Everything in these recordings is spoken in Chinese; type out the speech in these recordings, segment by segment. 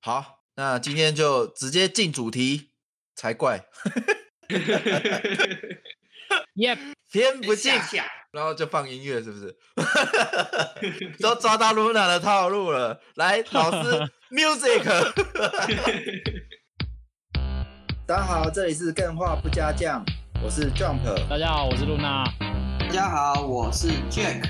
好，那今天就直接进主题才怪。 Yep， 偏不进，然后就放音乐，是不是？都抓到 Luna 的套路了。来，老师 ，music。大家好，这里是更画不加酱，我是 Jump。 大家好，我是 Luna。 大家好，我是 Jack。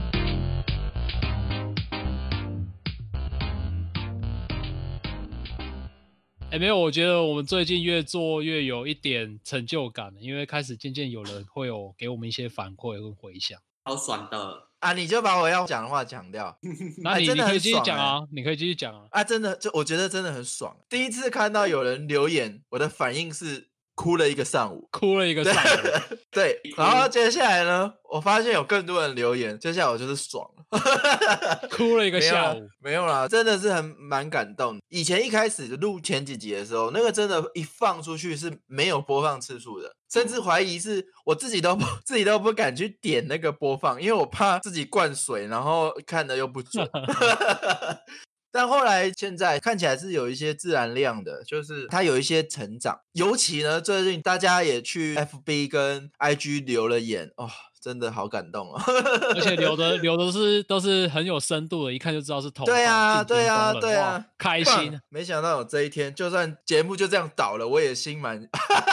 没有，我觉得我们最近越做越有一点成就感，因为开始渐渐有人会有给我们一些反馈跟回响， 好爽的啊！你就把我要讲的话讲掉， 那你可以继续讲啊， 欸、 你可以继续讲啊。 啊，真的，我觉得真的很爽。第一次看到有人留言，我的反应是哭了一个上午， 哭了一个上午。 对，然后接下来呢，我发现有更多人留言，接下来我就是爽了， 哭了一个下午。 没有啦，真的是蛮感动。以前一开始录前几集的时候，那个真的，一放出去是没有播放次数的，甚至怀疑是我自己都不敢去点那个播放，因为我怕自己灌水，然后看的又不准。但后来现在看起来是有一些自然量的，就是它有一些成长。尤其呢，最近大家也去 FB 跟 IG 留了言哦，真的好感动哦。 而且留的都是很有深度的，一看就知道是同对啊，对啊，对啊， 开心。 没想到有这一天，就算节目就这样倒了，我也心蛮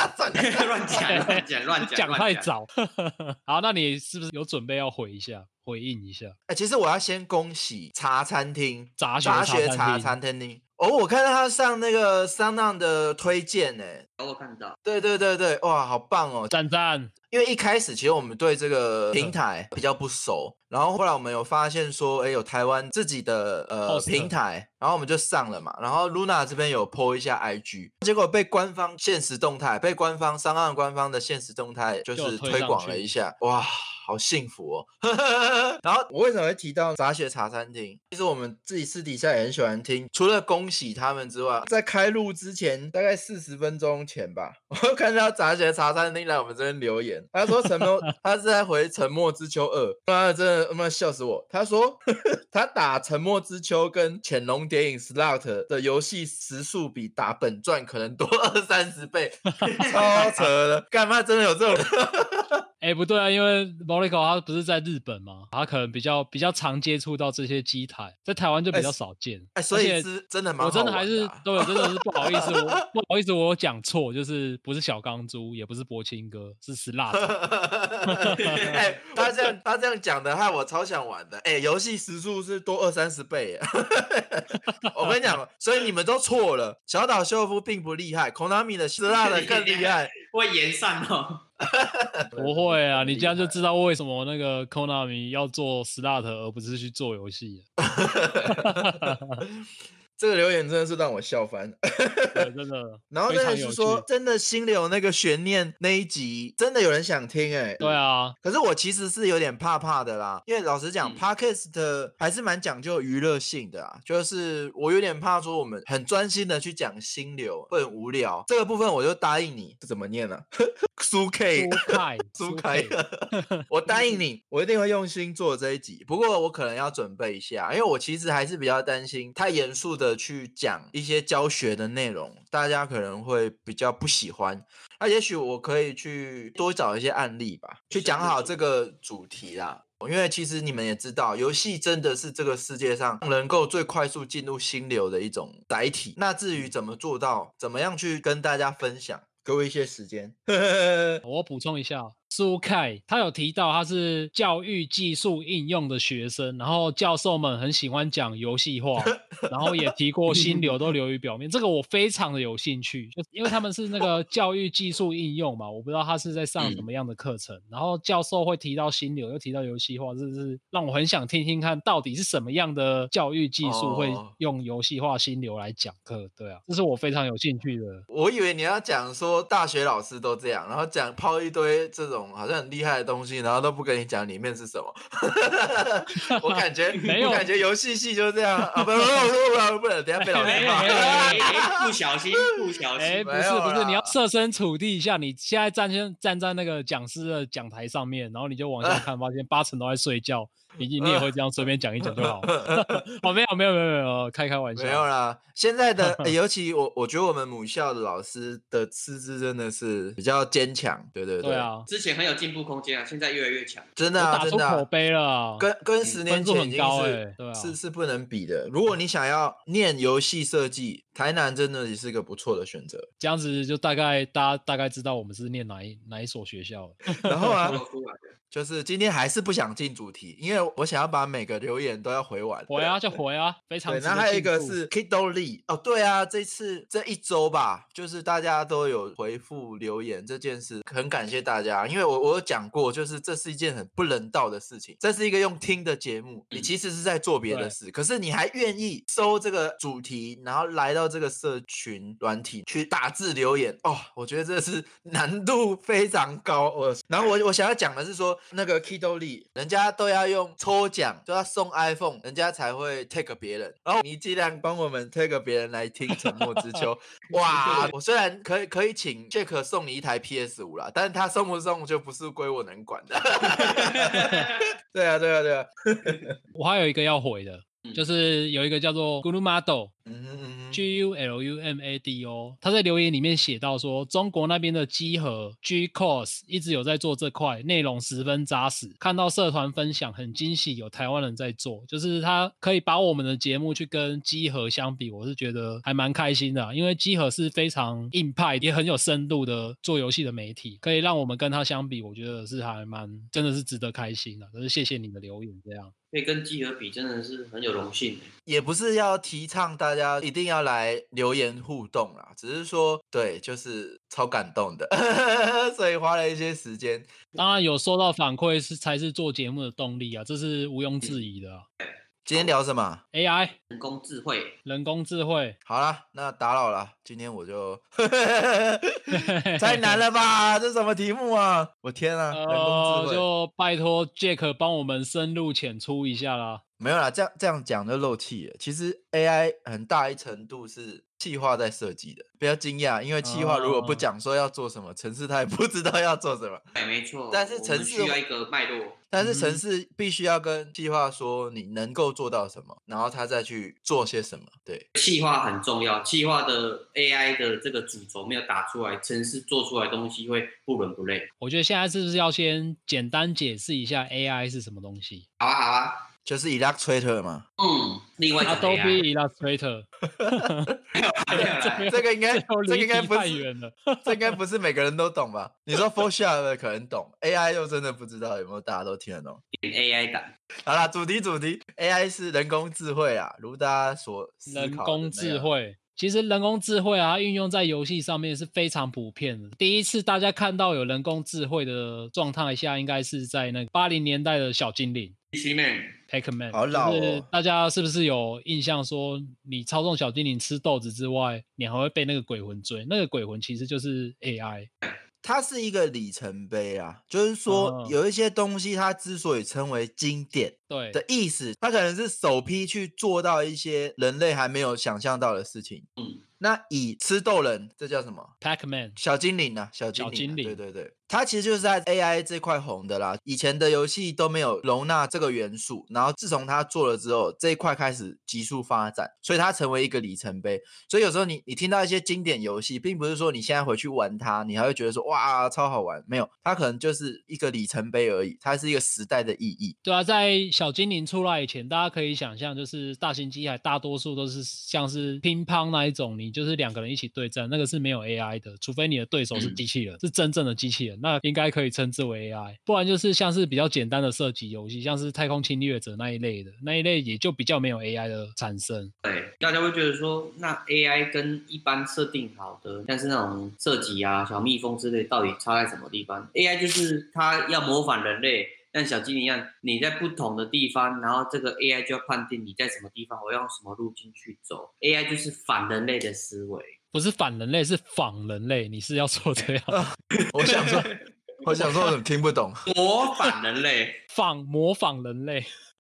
乱讲太早。好，那你是不是有准备要回应一下？ 其实我要先恭喜茶餐厅杂学茶餐厅哦，我看到他上那个SoundOn的推荐我看到， 对，哇，好棒哦， 赞赞。 因为一开始其实我们对这个平台比较不熟，然后后来我们有发现说，有台湾自己的平台，然后我们就上了嘛。然后 Luna 这边有 po 一下 IG， 结果被官方现实动态，被SoundOn官方的现实动态就是推广了一下，哇，好幸福哦。然后我为什么会提到杂学茶餐厅？其实我们自己私底下也很喜欢听，除了恭喜他们之外，在开录之前大概40分钟前吧，我看到杂学茶餐厅来我们这边留言。他说他是在回《沉默之丘2》，妈真的笑死我。他说他打《沉默之丘》跟《潜龙谍影 Slot》的游戏时速比打本传可能多20-30倍，超扯的。干嘛真的有这种人？ 不对啊，因为 Moriko 他不是在日本嘛，他可能比较常接触到这些机台，在台湾就比较少见。 所以是真的蛮好玩的。 我真的还是对，真的是不好意思，我有讲错，就是不是小钢珠，也不是柏青哥，是 Slot。 他这样讲的，害我超想玩的。游戏时速是多20-30倍耶。我跟你讲，所以你们都错了。小岛秀夫并不厉害 ，Konami 的 Slot 更厉害。 会延上哦。 不会啊，你这样就知道为什么那个 Konami 要做 Slot 而不是去做游戏了。 这个留言真的是让我笑翻。 对，真的。 然后真的是说，真的心流那个悬念那一集，真的有人想听对啊。 可是我其实是有点怕的啦，因为老实讲，Podcast 还是蛮讲究娱乐性的啊，就是我有点怕说我们很专心的去讲心流会很无聊。这个部分我就答应你，这怎么念呢？苏 K， 我答应你，我一定会用心做这一集。不过我可能要准备一下，因为我其实还是比较担心太严肃的去讲一些教学的内容，大家可能会比较不喜欢。那也许我可以去多找一些案例吧，去讲好这个主题啦。因为其实你们也知道，游戏真的是这个世界上能够最快速进入心流的一种载体。那至于怎么做到，怎么样去跟大家分享，给我一些时间。 我补充一下，苏凯他有提到他是教育技术应用的学生，然后教授们很喜欢讲游戏化，然后也提过心流都流于表面，这个我非常的有兴趣，就因为他们是那个教育技术应用嘛，我不知道他是在上什么样的课程，然后教授会提到心流又提到游戏化，这是让我很想听听看到底是什么样的教育技术会用游戏化心流来讲课。对啊，这是我非常有兴趣的。 我以为你要讲说大学老师都这样，然后抛一堆这种好像很厉害的东西，然后都不跟你讲里面是什么。我感觉游戏系就这样啊，不能，等一下被老师骂。不小心。不是，你要设身处地一下，你现在站在那个讲师的讲台上面，然后你就往下看，发现80%都在睡觉， 你也会这样随便讲一讲就好。哦，没有，开玩笑。 没有啦，现在的、尤其我觉得我们母校的老师的师资真的是比较坚强，对对对啊， 之前很有进步空间啊，现在越来越强。 真的啊， 打出真的啊口碑了啊， 跟10年分数很前已经是、 高欸对啊是不能比的。如果你想要念游戏设计，台南真的也是一个不错的选择。 这样子就大家大概知道我们是念哪一所学校了。 然后啊， 说出来的就是今天还是不想进主题，因为我想要把每个留言都要回完。 回啊就回啊，非常对， 值得那还有一个庆祝是 Kido Lee 哦，对啊，这一周吧，就是大家都有回复留言这件事，很感谢大家，因为我有讲过，就是这是一件很不人道的事情，这是一个用听的节目，你其实是在做别的事，可是你还愿意收这个主题，然后来到这个社群软体去打字留言哦，我觉得这是难度非常高。然后我想要讲的是说，那个 Kido Lee 人家都要用抽奖，就要送 iPhone，人家才会 take 别人，然后你尽量帮我们 take 别人来听沉默之秋。哇，我虽然可以请 Jack 送你一台 PS5啦，但是他送不送就不是归我能管的。对啊。 我还有一个要回的，就是有一个叫做 Gulumado。GULUMADO， 他在留言里面写到说，中国那边的机核 G-Cos 一直有在做这块，内容十分扎实。看到社团分享很惊喜，有台湾人在做，就是他可以把我们的节目去跟机核相比，我是觉得还蛮开心的因为机核是非常硬派，也很有深度的做游戏的媒体，可以让我们跟他相比，我觉得是还蛮真的是值得开心的。就是谢谢你的留言，这样。 可以跟集合比，真的是很有荣幸。 也不是要提倡大家一定要来留言互动啦，只是说对，就是超感动的，所以花了一些时间。 当然有收到反馈才是做节目的动力啊，这是毋庸置疑的今天聊什么 ？AI 人工智慧。 人工智慧。 好啦，那打扰了，今天我就太难了吧？这什么题目啊？我天啊！人工智慧就拜托 Jack 帮我们深入浅出一下啦。 没有啦，这样讲就漏气了。其实 AI 很大一程度是企划在设计的，不要惊讶，因为企划如果不讲说要做什么，程式他也不知道要做什么。 对，没错。 但是程式需要一个脉络。 但是程式必须要跟企划说你能够做到什么，然后他再去做些什么。对， 企划很重要，企划的 AI 的这个主轴没有打出来，程式做出来的东西会不伦不类。 我觉得现在是不是要先简单解释一下 AI 是什么东西？ 好啊。 就是 Illustrator 嘛。 另外一种 Adobe Illustrator。 这个应该不太远了， 这应该不是每个人都懂吧？你说 Photoshop 可能懂，AI 又真的不知道有没有大家都听得懂。 AI 感。 好啦，主题 AI 是人工智慧啊，如大家所思考的人工智慧。其实人工智慧啊，运用在游戏上面是非常普遍的。第一次大家看到有人工智慧的状态下，应该是在那个80年代的小精灵。Pac-Man， 好老哦！ 就是大家是不是有印象说，你操纵小精灵吃豆子之外，你还会被那个鬼魂追？那个鬼魂其实就是 AI。 它是一个里程碑啊，就是说有一些东西它之所以称为经典的意思，它可能是首批去做到一些人类还没有想象到的事情。那以吃豆人，这叫什么 ？Pac-Man 小精灵啊，小精灵，对，它其实就是在 AI 这块红的啦。以前的游戏都没有容纳这个元素，然后自从它做了之后，这一块开始急速发展，所以它成为一个里程碑。所以有时候你听到一些经典游戏，并不是说你现在回去玩它，你还会觉得说哇超好玩，没有，它可能就是一个里程碑而已，它是一个时代的意义。 对啊，在小精灵出来以前，大家可以想象，就是大型机海大多数都是像是乒乓那一种，你就是2个人一起对战，那个是没有 AI 的，除非你的对手是机器人，是真正的机器人，那应该可以称之为 AI。不然就是像是比较简单的射击游戏，像是太空侵略者那一类的，那一类也就比较没有 AI 的产生。 对，大家会觉得说，那 AI 跟一般设定好的，像是那种射击啊、小蜜蜂之类，到底差在什么地方 ？AI 就是它要模仿人类。像小精灵一样，你在不同的地方，然后这个 AI 就要判定你在什么地方，我要用什么路径去走。AI 就是反人类的思维， 不是反人类，是仿人类。你是要说这样？ 我想说，我怎么听不懂？ 模仿人类， 模仿人类。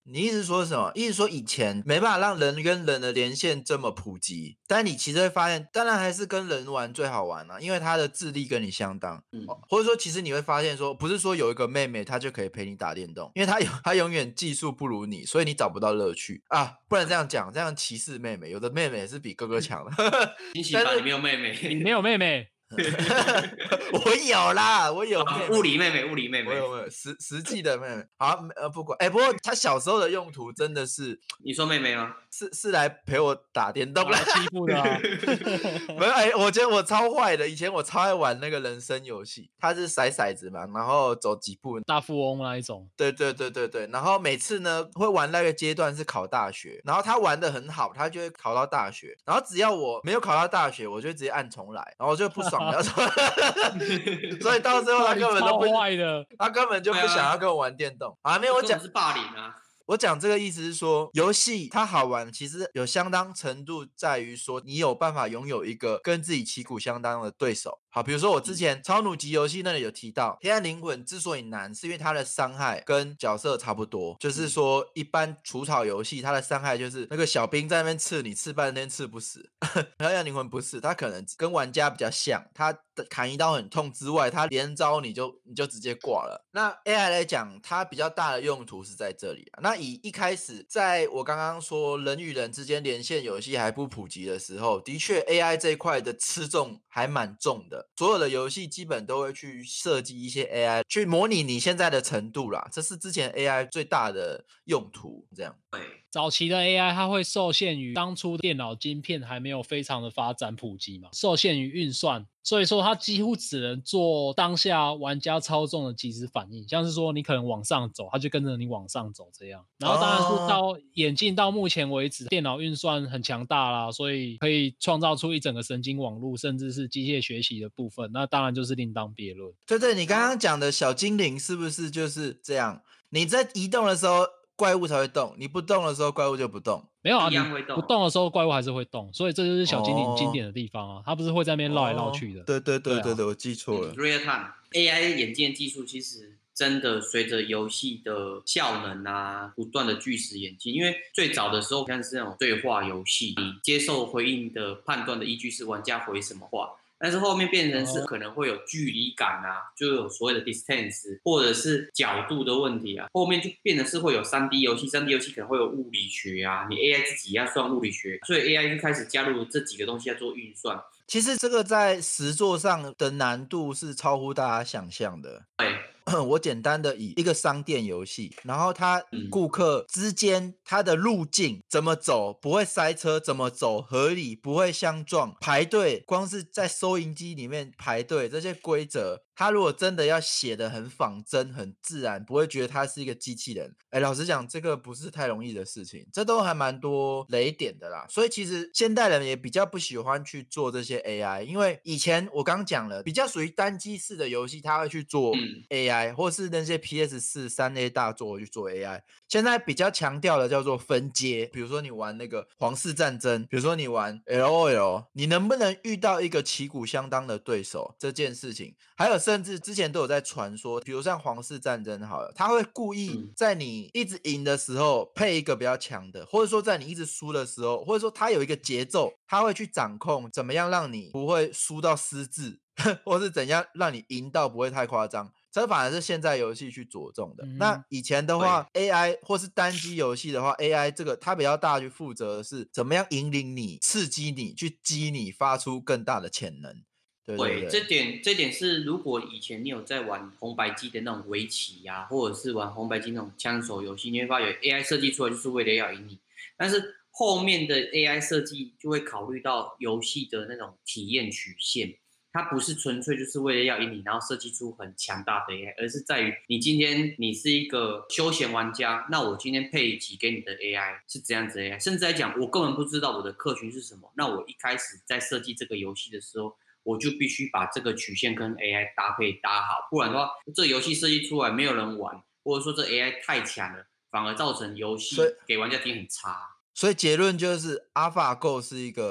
你意思是说什么？意思说以前没办法让人跟人的连线这么普及，但你其实会发现，当然还是跟人玩最好玩啊，因为他的智力跟你相当。或者说其实你会发现说，不是说有一个妹妹她就可以陪你打电动，因为她永远技术不如你，所以你找不到乐趣啊。不能这样讲，这样歧视妹妹，有的妹妹也是比哥哥强的。 惊喜吧，你没有妹妹， 你没有妹妹。 我有啦，我有妹妹， 物理妹妹，物理妹妹， 我有实际的妹妹。好，不管，不过她小时候的用途真的是， 你说妹妹吗？ 是来陪我打电动来欺负的啊。 没有，我觉得我超坏的。以前我超爱玩那个人生游戏，它是骰骰子嘛，然后走几步， 大富翁那一种。 对，然后每次呢会玩那个阶段是考大学，然后他玩的很好，他就会考到大学，然后只要我没有考到大学，我就直接按重来，然后我就不爽了。所以到最后他根本都不坏的， 他根本就不想要跟我玩电动啊。没有，我讲是霸凌啊。 我讲这个意思是说，游戏它好玩，其实有相当程度在于说，你有办法拥有一个跟自己旗鼓相当的对手。好，比如说我之前超弩级游戏那里有提到，黑暗灵魂之所以难，是因为它的伤害跟角色差不多，就是说一般除草游戏它的伤害就是那个小兵在那边刺你，刺半天刺不死。黑暗灵魂不是，它可能跟玩家比较像，它砍一刀很痛之外，它连招你就直接挂了。那 AI 来讲，它比较大的用途是在这里。那以一开始在我刚刚说人与人之间连线游戏还不普及的时候，的确 AI 这一块的吃重还蛮重的。所有的游戏基本都会去设计一些 AI 去模拟你现在的程度啦，这是之前 AI 最大的用途。这样， 对， 早期的 AI 它会受限于当初电脑晶片还没有非常的发展普及嘛，受限于运算，所以说它几乎只能做当下玩家操纵的即时反应，像是说你可能往上走，它就跟着你往上走这样。然后当然是到演进到目前为止，电脑运算很强大啦，所以可以创造出一整个神经网络，甚至是机械学习的部分，那当然就是另当别论。 对，你刚刚讲的小精灵是不是就是这样？你在移动的时候怪物才会动，你不动的时候怪物就不动。 没有啊，你一样会动不动的时候怪物还是会动，所以这就是小精灵经典的地方啊，它不是会在那边绕来绕去的。 对，我记错了。 Real time AI 演进的技术其实真的随着游戏的效能啊不断的巨石演进，因为最早的时候像是那种对话游戏，你接受回应的判断的依据是玩家回什么话。但是后面变成是可能会有距离感啊，就有所谓的 distance 或者是角度的问题啊，后面就变成是会有 3D 游戏，3D 游戏可能会有物理学啊，你 AI 自己要算物理学，所以 AI 就开始加入这几个东西要做运算。 其实这个在实作上的难度是超乎大家想象的。 对。 我简单的以一个商店游戏，然后它顾客之间它的路径怎么走不会塞车，怎么走合理不会相撞，排队光是在收银机里面排队这些规则，它如果真的要写得很仿真很自然，不会觉得它是一个机器人，老实讲这个不是太容易的事情，这都还蛮多雷点的啦。所以其实现代人也比较不喜欢去做这些 AI， 因为以前我刚讲了比较属于单机式的游戏，它会去做 AI，或是那些 PS4 3A 大作去做 AI， 现在比较强调的叫做分阶，比如说你玩那个皇室战争，比如说你玩 LOL， 你能不能遇到一个旗鼓相当的对手这件事情，还有甚至之前都有在传说，比如像皇室战争好了，他会故意在你一直赢的时候配一个比较强的，或者说在你一直输的时候，或者说他有一个节奏，他会去掌控怎么样让你不会输到失智，或是怎样让你赢到不会太夸张，这反而是现在游戏去着重的。那以前的话 AI 或是单机游戏的话 AI 这个它比较大去负责的是怎么样引领你刺激你去激你发出更大的潜能。对， 这点是如果以前你有在玩红白机的那种围棋啊，或者是玩红白机那种枪手游戏，你会发现 AI 设计出来就是为了要赢你，但是后面的 AI 设计就会考虑到游戏的那种体验曲线，它不是纯粹就是为了要赢你，然后设计出很强大的 AI， 而是在于你今天你是一个休闲玩家，那我今天配一集给你的 AI 是怎样子的 AI， 甚至来讲我根本不知道我的客群是什么，那我一开始在设计这个游戏的时候，我就必须把这个曲线跟 AI 搭配搭好，不然的话，这个游戏设计出来没有人玩，或者说这 AI 太强了，反而造成游戏给玩家体验很差。 所以结论就是 AlphaGo 是一个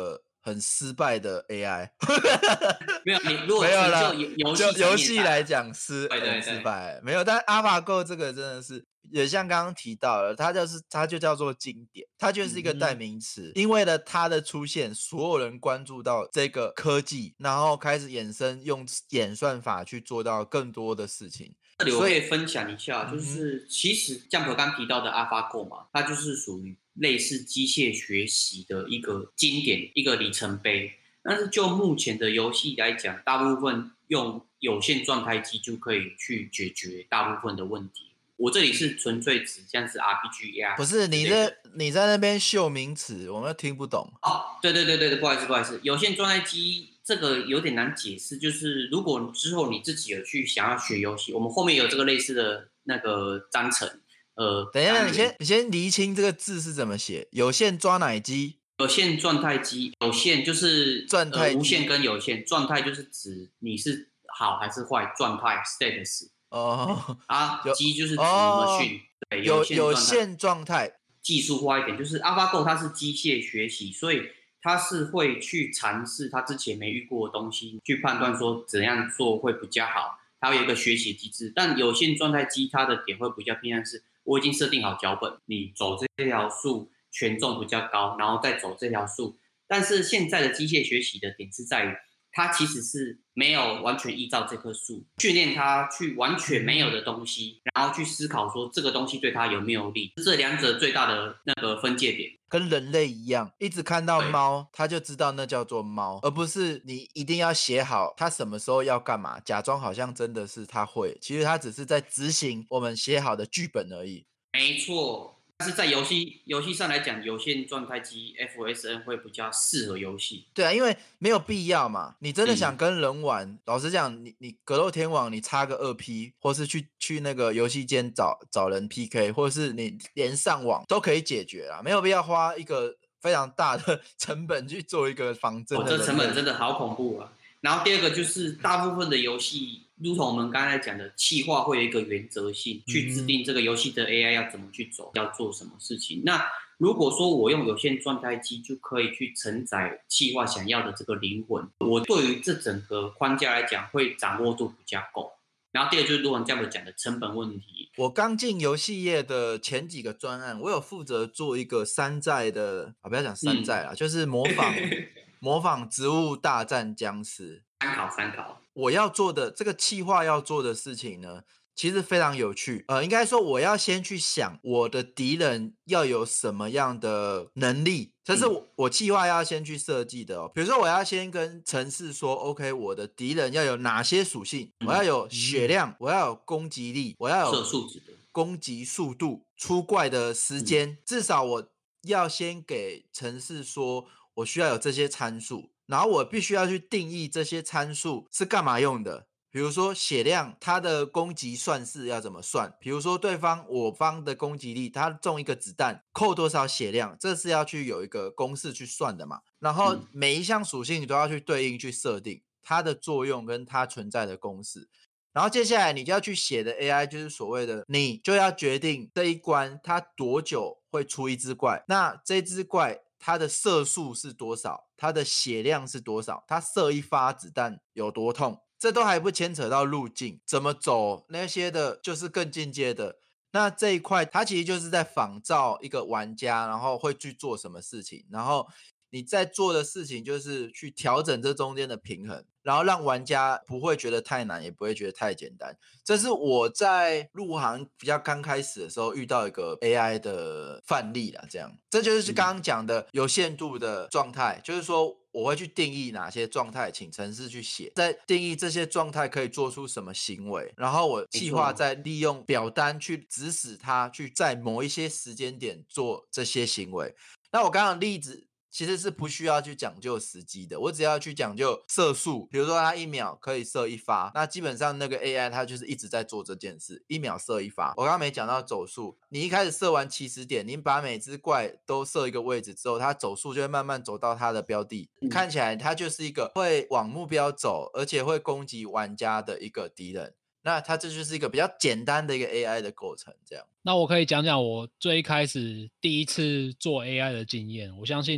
很失败的 AI。 没有，你如果没有啦， 就游戏来讲， 讲很对对对， 失败，没有。但 AlphaGo 这个真的是，也像刚刚提到了，它就叫做经典，它就是一个代名词。因为了它的出现，所有人关注到这个科技，然后开始衍生用演算法去做到更多的事情。 这里我可以分享一下，就嗯哼是其实 Jump 刚提到的 AlphaGo 嘛，它就是属于类似机械学习的一个经典，一个里程碑。但是就目前的游戏来讲，大部分用有线状态机就可以去解决大部分的问题。我这里是纯粹指像是 RPG 呀， 不是你在那边秀名词，我们又听不懂。 哦，对对对对对，不好意思不好意思，有线状态机这个有点难解释，就是如果之后你自己有去想要学游戏，我们后面有这个类似的那个章程， 等一下， 单元你先厘清这个字是怎么写。有线抓奶机， 有线状态机，有线就是状态机无线跟有线，状态就是指你是好还是坏，状态 status 哦， 啊， 有机就是指哦， machine，对， 有线状态。 线状态， 技术化一点，就是 AlphaGo 它是机械学习，所以它是会去尝试它之前没遇过的东西，去判断说怎样做会比较好。它会有一个学习机制，但有线状态机它的点会比较偏向是，我已经设定好脚本，你走这条树权重比较高，然后再走这条树。但是现在的机械学习的点是在于，它其实是没有完全依照这棵树训练它去完全没有的东西，然后去思考说这个东西对它有没有利，这两者最大的那个分界点。 跟人类一样，一直看到对猫，他就知道那叫做猫，而不是你一定要写好它什么时候要干嘛，假装好像真的是他会，其实他只是在执行我们写好的剧本而已。 没错，但是在游戏上来讲，有线状态机 FSN 会比较适合游戏。 对啊，因为没有必要嘛。你真的想嗯跟人玩，老实讲，你格斗天王，你插个2P，或是去那个游戏间找人 PK，或者是你连上网都可以解决啦，没有必要花一个非常大的成本去做一个仿真的人类。 这成本真的好恐怖啊！然后第二个就是大部分的游戏，如同我们刚才讲的，企划会有一个原则性，去制定这个游戏的 AI 要怎么去走，要做什么事情。那如果说我用有线状态机就可以去承载企划想要的这个灵魂，我对于这整个框架来讲会掌握度比较够。然后第二就是如同这样讲的成本问题， 我刚进游戏业的前几个专案，我有负责做一个山寨的不要讲山寨啦，就是模仿植物大战僵尸。 参考。 我要做的这个企划要做的事情呢，其实非常有趣。应该说我要先去想我的敌人要有什么样的能力，这是我企划要先去设计的哦。比如说我要先跟程式说 ，OK， 我的敌人要有哪些属性？我要有血量，我要有攻击力，我要有数值的攻击速度，出怪的时间，至少我要先给程式说我需要有这些参数。然后我必须要去定义这些参数是干嘛用的，比如说血量，它的攻击算式要怎么算？比如说我方的攻击力，它中一个子弹扣多少血量，这是要去有一个公式去算的嘛。然后每一项属性你都要去对应去设定它的作用跟它存在的公式。然后接下来你就要去写的 AI 就是所谓的，你就要决定这一关它多久会出一只怪，那这只怪它的射速是多少，它的血量是多少，它射一发子弹有多痛，这都还不牵扯到路径怎么走那些的，就是更进阶的。那这一块它其实就是在仿照一个玩家，然后会去做什么事情，然后你在做的事情就是去调整这中间的平衡，然后让玩家不会觉得太难，也不会觉得太简单。这是我在入行比较刚开始的时候遇到一个 AI 的范例啦，这就是刚刚讲的有限度的状态，就是说我会去定义哪些状态，请程式去写，再定义这些状态可以做出什么行为，然后我企划再利用表单去指使它去在某一些时间点做这些行为。那我刚刚的例子其实是不需要去讲究时机的，我只要去讲究射速，比如说它1秒可以射一发，那基本上那个 AI 它就是一直在做这件事，1秒射一发。我刚刚没讲到走速，你一开始射完70点，你把每只怪都设一个位置之后，它走速就会慢慢走到它的标的，看起来它就是一个会往目标走，而且会攻击玩家的一个敌人。那它这就是一个比较简单的一个 AI 的构成，这样。 那我可以讲讲我最开始第一次做 AI 的经验。我相信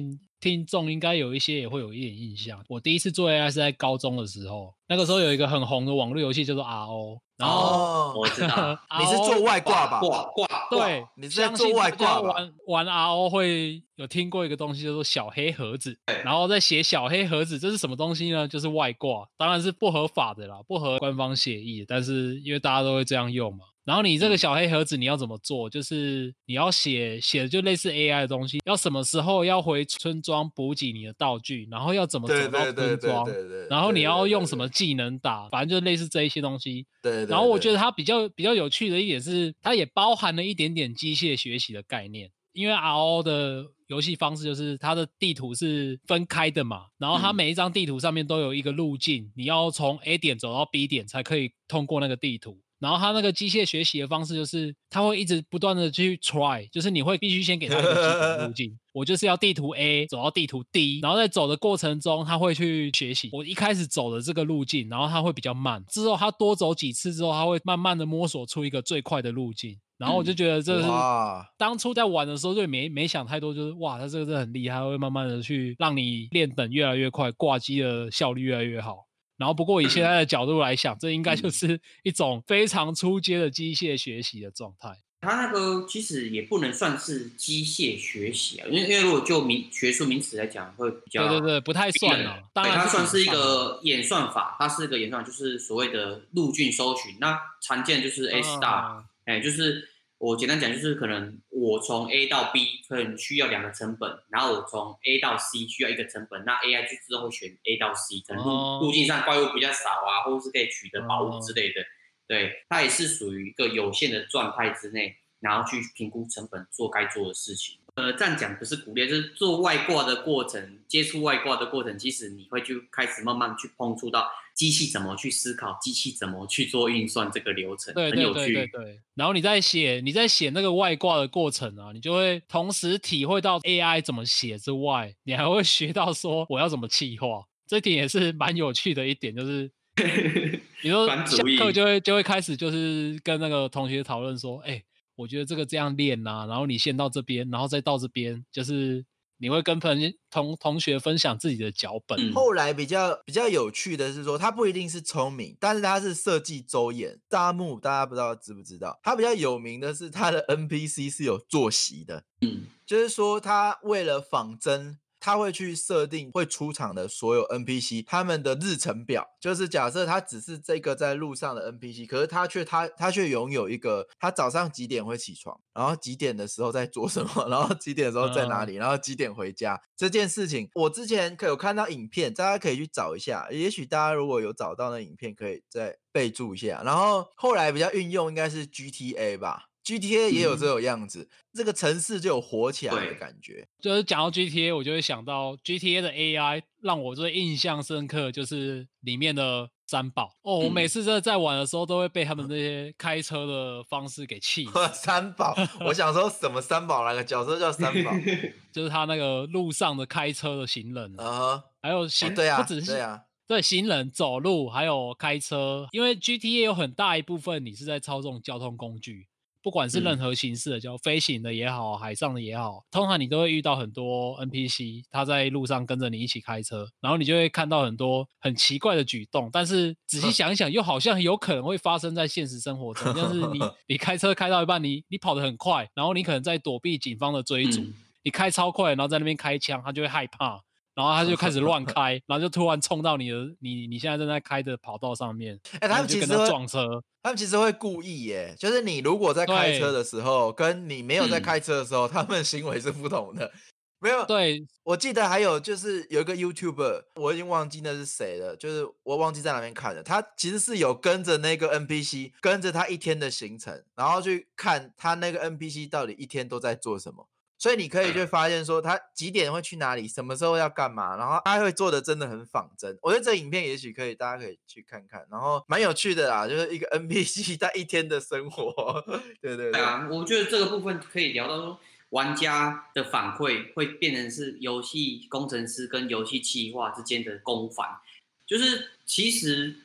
听众应该有一些也会有一点印象。我第一次做 AI 是在高中的时候，那个时候有一个很红的网络游戏叫做 RO， 然后我知道， 你是做外挂吧？ 对， 你是在做外挂吧？ 玩 RO 会有听过一个东西叫做小黑盒子，然后在写小黑盒子，这是什么东西呢？就是外挂，当然是不合法的啦，不合官方协议，但是因为大家都会这样用嘛。然后你这个小黑盒子你要怎么做？就是你要写的就类似 AI 的东西，要什么时候要回村庄补给你的道具，然后要怎么走到村庄，然后你要用什么技能打，反正就类似这一些东西。 对。 然后我觉得它比较有趣的一点是，它也包含了一点点机械学习的概念。因为 RO 的游戏方式就是它的地图是分开的嘛，然后它每一张地图上面都有一个路径，你要从 A 点走到 B 点才可以通过那个地图。然后它那个机械学习的方式就是，它会一直不断的去 try， 就是你会必须先给它一个基本路径，我就是要地图 A 走到地图 D， 然后在走的过程中，它会去学习我一开始走的这个路径，然后它会比较慢，之后它多走几次之后，它会慢慢的摸索出一个最快的路径。然后我就觉得这是当初在玩的时候就没想太多，就是哇，它这个真的很厉害，会慢慢的去让你练等越来越快，挂机的效率越来越好。然后不过以现在的角度来想，这应该就是一种非常初阶的机械学习的状态。 它那个其实也不能算是机械学习啊，因为如果就学术名词来讲，会比较对，不太算啊。当然它算是一个演算法，它是一个演算法，就是所谓的路径搜寻。那常见就是 A star，就是我简单讲，就是可能我从 A 到 B 可能需要2个成本，然后我从 A 到 C 需要1个成本，那 AI 就自动会选 A 到 C， 可能路径上怪物比较少啊，或者是可以取得宝物之类的。对，它也是属于一个有限的状态之内，然后去评估成本，做该做的事情。这样讲不是鼓励，就是做外挂的过程，接触外挂的过程，其实你会就开始慢慢去碰触到机器怎么去思考，机器怎么去做运算这个流程，很有趣。 对。然后你在写那个外挂的过程啊，你就会同时体会到 AI 怎么写之外，你还会学到说我要怎么企划，这点也是蛮有趣的一点，就是你说下课就会开始就是跟那个同学讨论说，我觉得这个这样练啊，然后你先到这边，然后再到这边，就是你会跟同学分享自己的脚本。 后来比较有趣的是说，他不一定是聪明，但是他是设计周延。大木大家不知道知不知道？他比较有名的是他的 NPC 是有作息的，就是说他为了仿真。他会去设定会出场的所有 NPC 他们的日程表，就是假设他只是这个在路上的 NPC， 可是他却拥有一个他早上几点会起床，然后几点的时候在做什么，然后几点的时候在哪里，然后几点回家。这件事情我之前有看到影片，大家可以去找一下，也许大家如果有找到那影片可以再备注一下。然后后来比较运用应该是 GTA 吧，GTA 也有这种样子，这个城市就有火起来的感觉。 就是讲到 GTA， 我就会想到 GTA 的 AI 让我最印象深刻，就是里面的三宝我每次真的在玩的时候，都会被他们这些开车的方式给气死。 三宝，我想说什么三宝？哪个角色叫三宝？ 就是他那个路上的开车的行人还有对啊， 不只是对行人走路，还有开车。因为 GTA 有很大一部分你是在操纵交通工具。不管是任何形式的，叫飞行的也好，海上的也好，通常你都会遇到很多 NPC， 他在路上跟着你一起开车，然后你就会看到很多很奇怪的举动，但是仔细想一想，又好像有可能会发生在现实生活中，像是你开车开到一半，你跑得很快，然后你可能在躲避警方的追逐，你开超快，然后在那边开枪，他就会害怕。然后他就开始乱开，然后就突然冲到你现在正在开的跑道上面， 他们其实跟他撞车。 他们其实会故意耶，就是你如果在开车的时候，跟你没有在开车的时候，他们行为是不同的。没有， 对， 我记得还有就是有一个 YouTuber， 我已经忘记那是谁了，就是我忘记在哪边看的。他其实是有跟着那个 NPC， 跟着他一天的行程，然后去看他那个 NPC 到底一天都在做什么。所以你可以就发现说他几点会去哪里，什么时候要干嘛，然后他会做的真的很仿真。我觉得这影片也许大家可以去看看，然后蛮有趣的啦，就是一个 NPC 他一天的生活。对啊，我觉得这个部分可以聊到说，玩家的反馈会变成是游戏工程师跟游戏企划之间的攻防。就是其实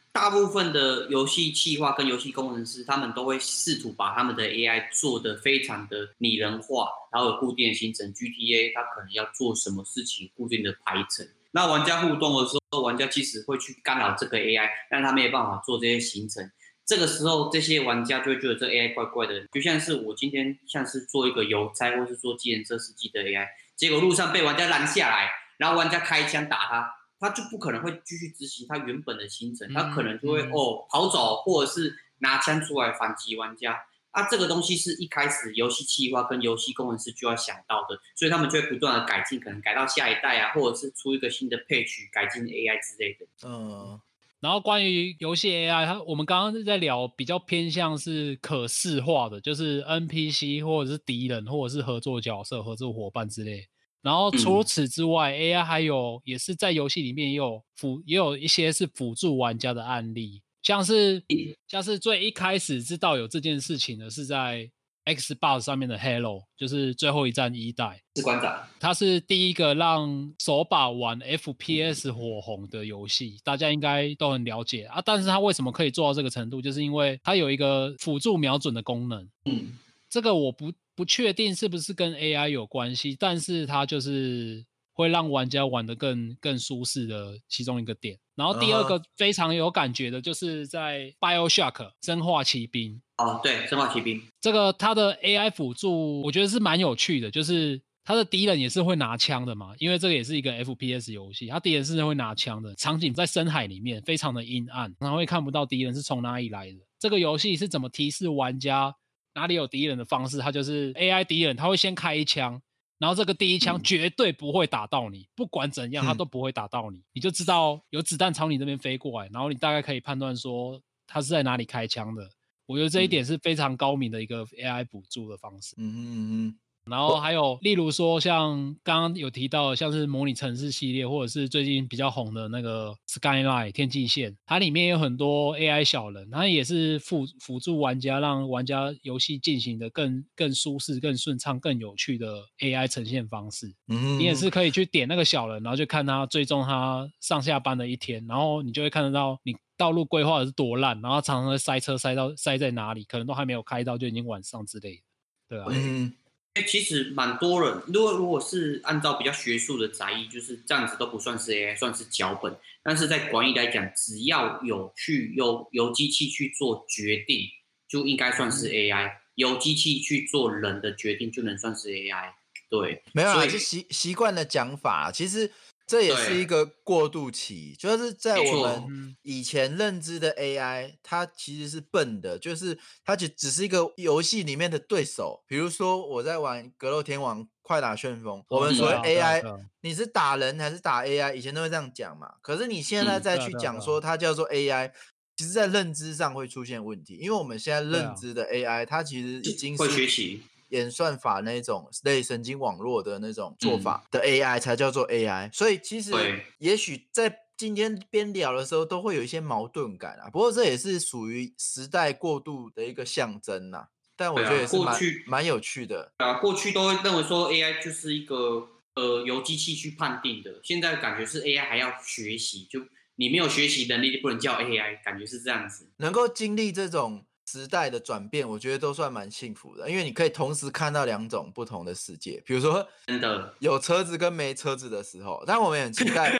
大部分的游戏企划跟游戏工程师，他们都会试图把他们的 AI 做得非常的拟人化，然后有固定的行程。GTA 它可能要做什么事情，固定的排程。那玩家互动的时候，玩家其实会去干扰这个 AI，让他没有办法做这些行程。这个时候，这些玩家就会觉得这 AI 怪怪的，就像是我今天像是做一个邮差或是做计程车司机的 AI，结果路上被玩家拦下来，然后玩家开枪打他。他就不可能会继续执行他原本的行程，他可能就会跑走，或者是拿枪出来反击玩家。这个东西是一开始游戏企划跟游戏工程师就要想到的，所以他们就会不断的改进，可能改到下一代啊，或者是出一个新的配曲，改进 AI 之类的。 然后关于游戏 AI， 我们刚刚在聊比较偏向是可视化的，就是 NPC 或者是敌人，或者是合作角色、合作伙伴之类。然后除此之外，AI 还有也是在游戏里面也有一些是辅助玩家的案例，像是最一开始知道有这件事情的是在 Xbox 上面的 Halo， 就是最后一战1代， 士官长， 它是第一个让手把玩 FPS 火红的游戏，大家应该都很了解啊。但是它为什么可以做到这个程度，就是因为它有一个辅助瞄准的功能。这个我不确定是不是跟 AI 有关系，但是它就是会让玩家玩得更舒适的其中一个点。然后第二个非常有感觉的就是在 BioShock 生化奇兵。 对，生化奇兵这个它的 AI 辅助我觉得是蛮有趣的，就是他的敌人也是会拿枪的嘛，因为这个也是一个 FPS 游戏，他敌人是会拿枪的，场景在深海里面非常的阴暗，然后会看不到敌人是从哪里来的。这个游戏是怎么提示玩家哪里有敌人的方式，它就是 AI 敌人他会先开一枪，然后这个第一枪绝对不会打到你，不管怎样他都不会打到你，你就知道有子弹朝你这边飞过来，然后你大概可以判断说他是在哪里开枪的。我觉得这一点是非常高明的一个 AI 辅助的方式。然后还有例如说像刚刚有提到像是模拟城市系列，或者是最近比较红的那个 Skyline 天际线，它里面有很多 AI 小人，它也是辅助玩家，让玩家游戏进行的更舒适、更顺畅、更有趣的 AI 呈现方式。你也是可以去点那个小人，然后就看他追踪他上下班的一天，然后你就会看得到你道路规划的是多烂，然后常常塞车塞在哪里，可能都还没有开到就已经晚上之类的。对啊。 其实蛮多人，如果是按照比较学术的载义，就是这样子都不算是 AI， 算是脚本。但是在广义来讲，只要有机器去做决定，就应该算是 AI；由机器去做人的决定，就能算是 AI。对， 没有啦，就习惯的讲法，其实这也是一个过渡期，就是在我们以前认知的 AI， 它其实是笨的，就是它只是一个游戏里面的对手。比如说我在玩格斗天王、快打旋风，我们所谓 AI，你是打人还是打 AI， 以前都会这样讲嘛。可是你现在再去讲说它叫做 AI，其实在认知上会出现问题，因为我们现在认知的 AI，它其实已经是会学习。 演算法那种类神经网络的那种做法的 AI 才叫做 AI，所以其实也许在今天边聊的时候都会有一些矛盾感啊。不过这也是属于时代过渡的一个象征啊，但我觉得也是蛮有趣的。 过去都会认为说 AI 就是一个由机器去判定的，现在感觉是 AI 还要学习，就你没有学习能力就不能叫 AI， 感觉是这样子。 能够经历这种时代的转变，我觉得都算蛮幸福的，因为你可以同时看到两种不同的世界，比如说真的有车子跟没车子的时候，但我们也很期待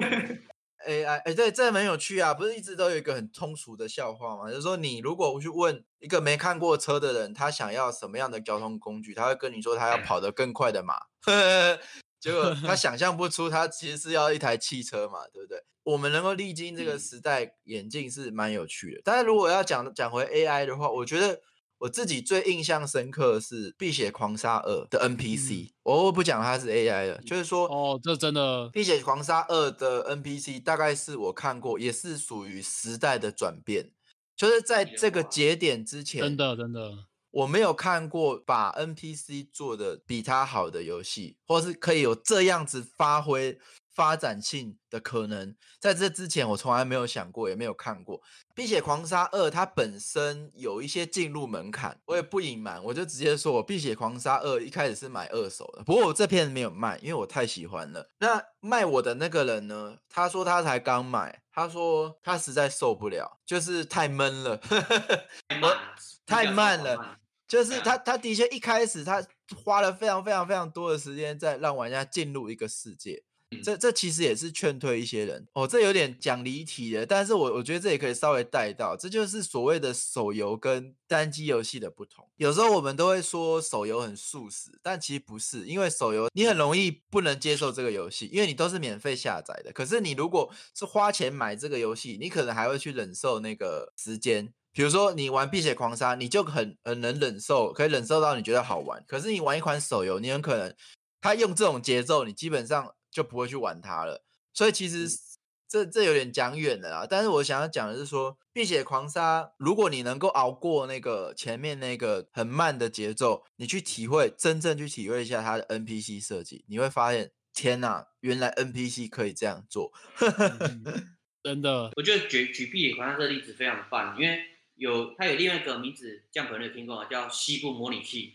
AI。对，这很有趣啊！不是一直都有一个很通俗的笑话吗？就是说，你如果去问一个没看过车的人，他想要什么样的交通工具，他会跟你说他要跑得更快的马。结果他想象不出，他其实是要一台汽车嘛，对不对？我们能够历经这个时代演进是蛮有趣的。但是如果要讲回 AI 的话，我觉得我自己最印象深刻的是《碧血狂杀2》的 NPC。我不讲它是 AI 了，就是说这真的 《碧血狂杀2》的 NPC 大概是我看过，也是属于时代的转变，就是在这个节点之前， 真的我没有看过把 NPC 做的比他好的游戏，或是可以有这样子发展性的可能，在这之前我从来没有想过，也没有看过。碧血狂杀2它本身有一些进入门槛，我也不隐瞒，我就直接说我碧血狂杀2一开始是买二手的，不过我这片没有卖，因为我太喜欢了。那卖我的那个人呢，他说他才刚买， 他说他实在受不了，就是太闷了， 太慢了。就是他他的确一开始他花了非常非常非常多的时间在让玩家进入一个世界，这其实也是劝退一些人哦，这有点讲离题了，但是我觉得这也可以稍微带到，这就是所谓的手游跟单机游戏的不同。有时候我们都会说手游很速食，但其实不是，因为手游你很容易不能接受这个游戏，因为你都是免费下载的。可是你如果是花钱买这个游戏，你可能还会去忍受那个时间。比如说你玩碧血狂杀，你就很能忍受，可以忍受到你觉得好玩。可是你玩一款手游，你很可能他用这种节奏，你基本上就不会去玩它了。所以其实这有点讲远了啦。但是我想要讲的是说，碧血狂杀，如果你能够熬过那个前面那个很慢的节奏，你去真正去体会一下它的 NPC 设计，你会发现，天哪，原来 NPC 可以这样做。 真的， 我觉得举碧血狂杀这个例子非常棒，因为它有另外一个名字，这样可能有听过，叫西部模拟器。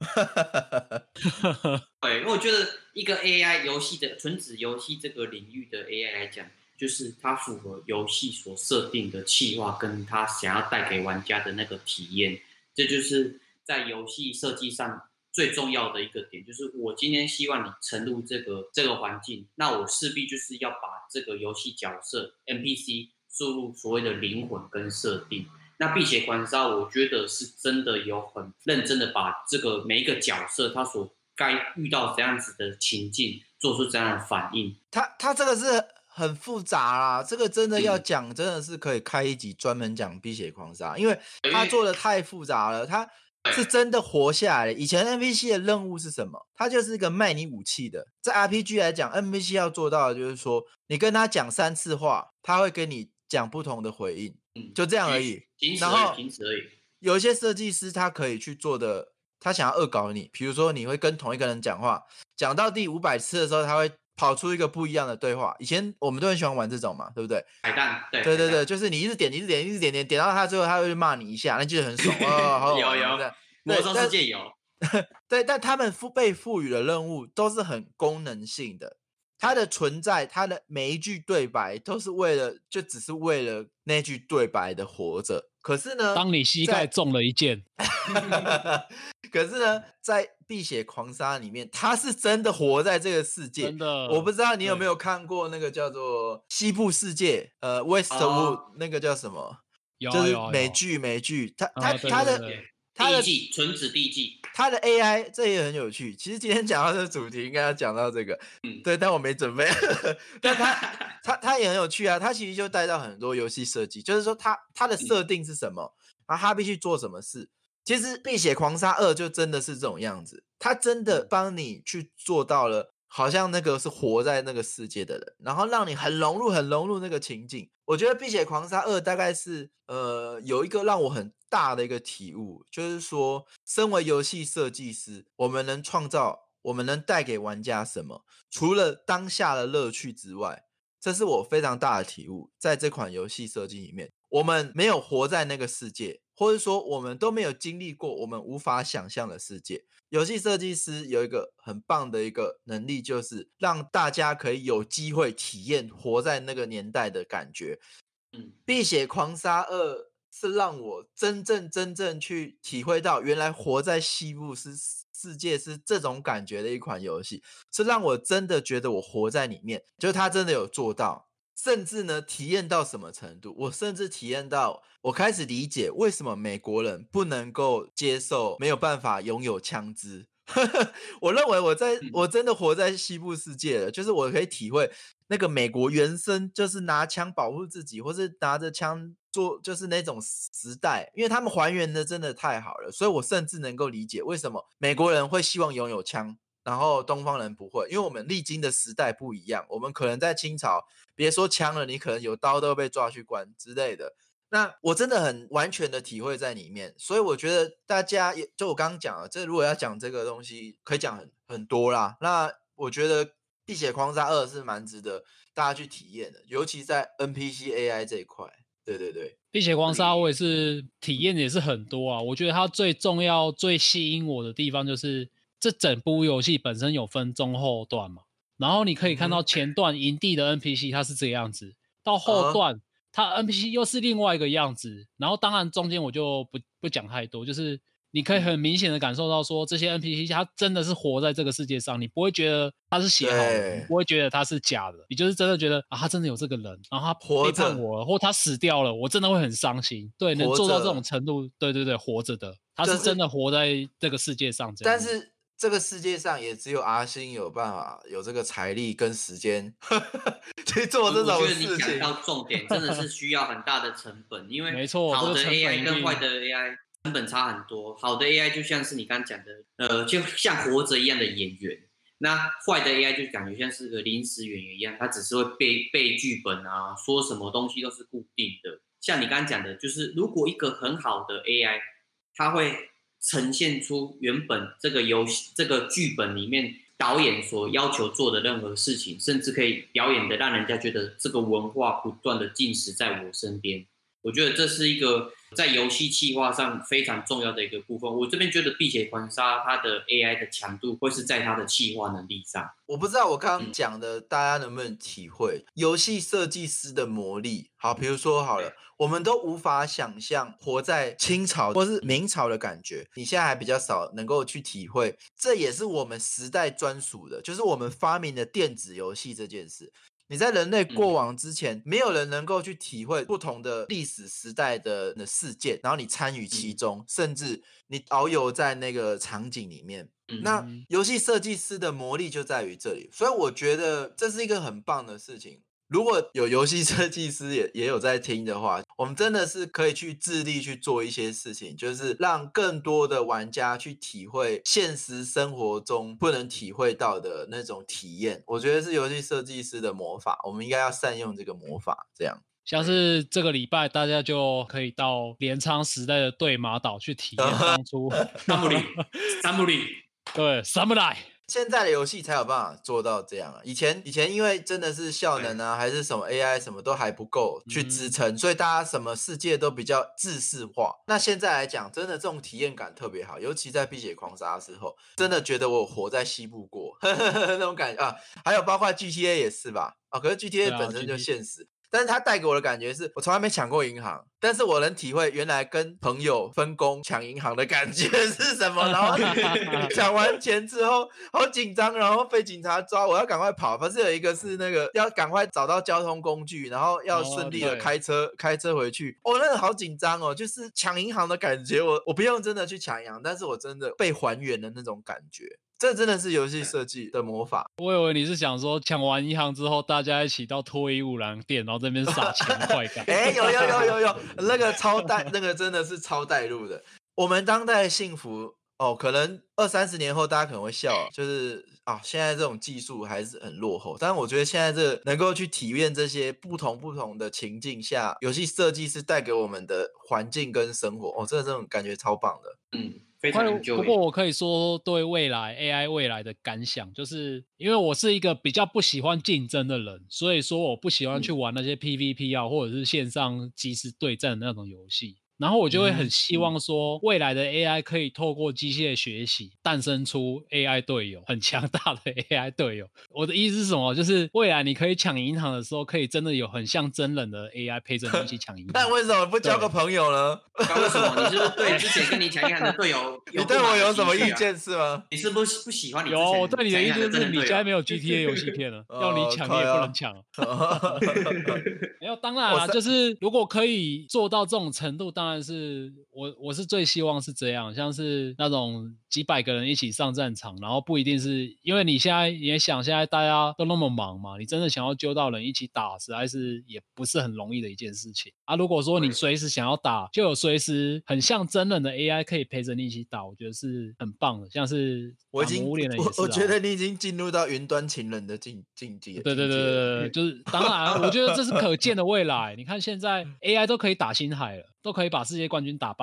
对，因为我觉得一个 AI 游戏的纯子游戏这个领域的 AI 来讲，就是它符合游戏所设定的企划，跟它想要带给玩家的那个体验，这就是在游戏设计上最重要的一个点。就是我今天希望你沉入这个环境，那我势必就是要把这个游戏角色 NPC 输入所谓的灵魂跟设定。那碧血狂杀，我觉得是真的有很认真的把这个每一个角色他所该遇到怎样子的情境，做出这样的反应。 他这个是很复杂啦，这个真的要讲，真的是可以开一集专门讲碧血狂杀，因为他做的太复杂了，他是真的活下来了。以前 NPC 的任务是什么？他就是一个卖你武器的。在 RPG 来讲 ，NPC 要做到的就是说，你跟他讲3次话，他会跟你讲不同的回应，就这样而已。然后有一些设计师他可以去做的，他想要恶搞你，比如说你会跟同一个人讲话，讲到第500次的时候，他会跑出一个不一样的对话。以前我们都很喜欢玩这种嘛，对不对？ 彩蛋， 对，就是你一直点到他最后，他会骂你一下，那就很爽哦，好有魔兽世界有。 对，但他们被赋予的任务都是很功能性的。它的存在，它的每一句对白都是就只是为了那句对白的活着。可是呢， 当你膝盖中了一箭， 可是呢，在碧血狂杀里面，他是真的活在这个世界。 真的， 我不知道你有没有看过那个叫做西部世界，Westwood 那个叫什么？就是美剧， 第一季纯子第一季， 它的 AI 这也很有趣。其实今天讲到这个主题，应该要讲到这个，对，但我没准备。但它也很有趣啊，它其实就带到很多游戏设计，就是说它的设定是什么，然后它必须做什么事。其实《碧血狂杀2》就真的是这种样子，它真的帮你去做到了。好像那个是活在那个世界的人，然后让你很融入那个情境。我觉得《碧血狂杀2》大概是有一个让我很大的一个体悟，就是说，身为游戏设计师，我们能带给玩家什么？除了当下的乐趣之外，这是我非常大的体悟。在这款游戏设计里面，我们没有活在那个世界，或者说我们都没有经历过我们无法想象的世界。游戏设计师有一个很棒的一个能力，就是让大家可以有机会体验活在那个年代的感觉。碧血狂杀2是让我真正去体会到，原来活在西部世界是这种感觉的一款游戏，是让我真的觉得我活在里面，就是他真的有做到。甚至呢，体验到什么程度？我甚至体验到，我开始理解为什么美国人不能够接受没有办法拥有枪支。我认为我真的活在西部世界了，就是我可以体会那个美国原生，就是拿枪保护自己，或是拿着枪做，就是那种时代，因为他们还原的真的太好了，所以我甚至能够理解为什么美国人会希望拥有枪。然后东方人不会，因为我们历经的时代不一样，我们可能在清朝，别说枪了，你可能有刀都被抓去关之类的。那我真的很完全的体会在里面，所以我觉得大家就我刚刚讲了，这如果要讲这个东西，可以讲很多啦。那我觉得《碧血狂杀2》是蛮值得大家去体验的，尤其在 NPC AI 这一块。对， 碧血狂杀我也是体验也是很多啊。我觉得它最重要、最吸引我的地方就是。这整部游戏本身有分中后段嘛，然后你可以看到前段营地的 NPC 它是这个样子， 到后段它 NPC 又是另外一个样子，然后当然中间我就不讲太多，就是你可以很明显的感受到说这些 NPC 它真的是活在这个世界上，你不会觉得他是写好的，你不会觉得他是假的，你就是真的觉得他真的有这个人，然后他背叛我了，或他死掉了，我真的会很伤心。对，能做到这种程度，对，活着的，他是真的活在这个世界上这样。 但是这个世界上也只有阿星有办法有这个财力跟时间去做这种事情。 我觉得你讲到重点，真的是需要很大的成本，因为没错， 好的 AI 跟坏的 AI 成本差很多。好的 AI 就像是你刚刚讲的，就像活着一样的演员，那坏的 AI 就感觉像是个临时演员一样，他只是会背剧本啊，说什么东西都是固定的。像你刚刚讲的，就是如果一个很好的 AI， 它会呈现出原本这个游戏这个剧本里面导演所要求做的任何事情，甚至可以表演的让人家觉得这个文化不断的进食在我身边。我觉得这是一个在游戏企划上非常重要的一个部分。我这边觉得《碧血狂杀》它的 AI 的强度会是在它的企划能力上。 我不知道我刚刚讲的大家能不能体会游戏设计师的魔力。好，比如说好了，我们都无法想象活在清朝或是明朝的感觉，你现在还比较少能够去体会，这也是我们时代专属的，就是我们发明的电子游戏这件事。你在人类过往之前，没有人能够去体会不同的历史时代的事件，然后你参与其中，甚至你遨游在那个场景里面。那游戏设计师的魔力就在于这里，所以我觉得这是一个很棒的事情。如果有游戏设计师也有在听的话，我们真的是可以去致力去做一些事情，就是让更多的玩家去体会现实生活中不能体会到的那种体验。我觉得是游戏设计师的魔法，我们应该要善用这个魔法。这样， 像是这个礼拜大家就可以到镰仓时代的对马岛去体验当初三木里对 Samurai。 现在的游戏才有办法做到这样啊！以前因为真的是效能啊，还是什么 AI 什么都还不够去支撑，所以大家什么世界都比较制式化。那现在来讲，真的这种体验感特别好，尤其在碧血狂杀的时候，真的觉得我活在西部过那种感觉啊！还有包括 GTA 也是吧？啊，可是 GTA 本身就现实。但是它带给我的感觉是我从来没抢过银行，但是我能体会原来跟朋友分工抢银行的感觉是什么。然后抢完钱之后好紧张，然后被警察抓，我要赶快跑。可是有一个是那个要赶快找到交通工具，然后要顺利的开车回去。那个好紧张哦，就是抢银行的感觉。我不用真的去抢银行，但是我真的被还原的那种感觉。这真的是游戏设计的魔法。 我以为你是想说抢完银行之后，大家一起到脱衣舞廊店，然后这边撒钱快感。 有，那个超带，那个真的是超带入的。我们当代的幸福可能20-30年后大家可能会笑，就是现在这种技术还是很落后。但是我觉得现在这能够去体验这些不同的情境下，游戏设计师带给我们的环境跟生活，这种感觉超棒的。 不过我可以说对未来 AI 未来的感想，就是因为我是一个比较不喜欢竞争的人，所以说我不喜欢去玩那些 PVP 啊，或者是线上即时对战的那种游戏。然后我就会很希望说，未来的 AI 可以透过机械学习诞生出 AI 队友，很强大的 AI 队友。我的意思是什么？就是未来你可以抢银行的时候，可以真的有很像真人的 AI 陪着你一起抢银行。 但为什么不交个朋友呢？ 为什么？你是不是对之前跟你抢银行的队友你对我有什么意见是吗？ 你是不喜欢你之前我对你的意思是你现在没有 GTA 游戏片了，要你抢你也不能抢。没有，当然啦，就是如果可以做到这种程度，当然是我是最希望是这样，像是那种几百个人一起上战场，然后不一定是因为你现在也想，现在大家都那么忙嘛，你真的想要揪到人一起打，实在是也不是很容易的一件事情啊。如果说你随时想要打，就有随时很像真人的 AI 可以陪着你一起打，我觉得是很棒的。像是我觉得你已经进入到云端情人的境界。 对，就是当然，我觉得这是可见的未来。你看现在 AI 都可以打星海了，都可以把世界冠军打败了。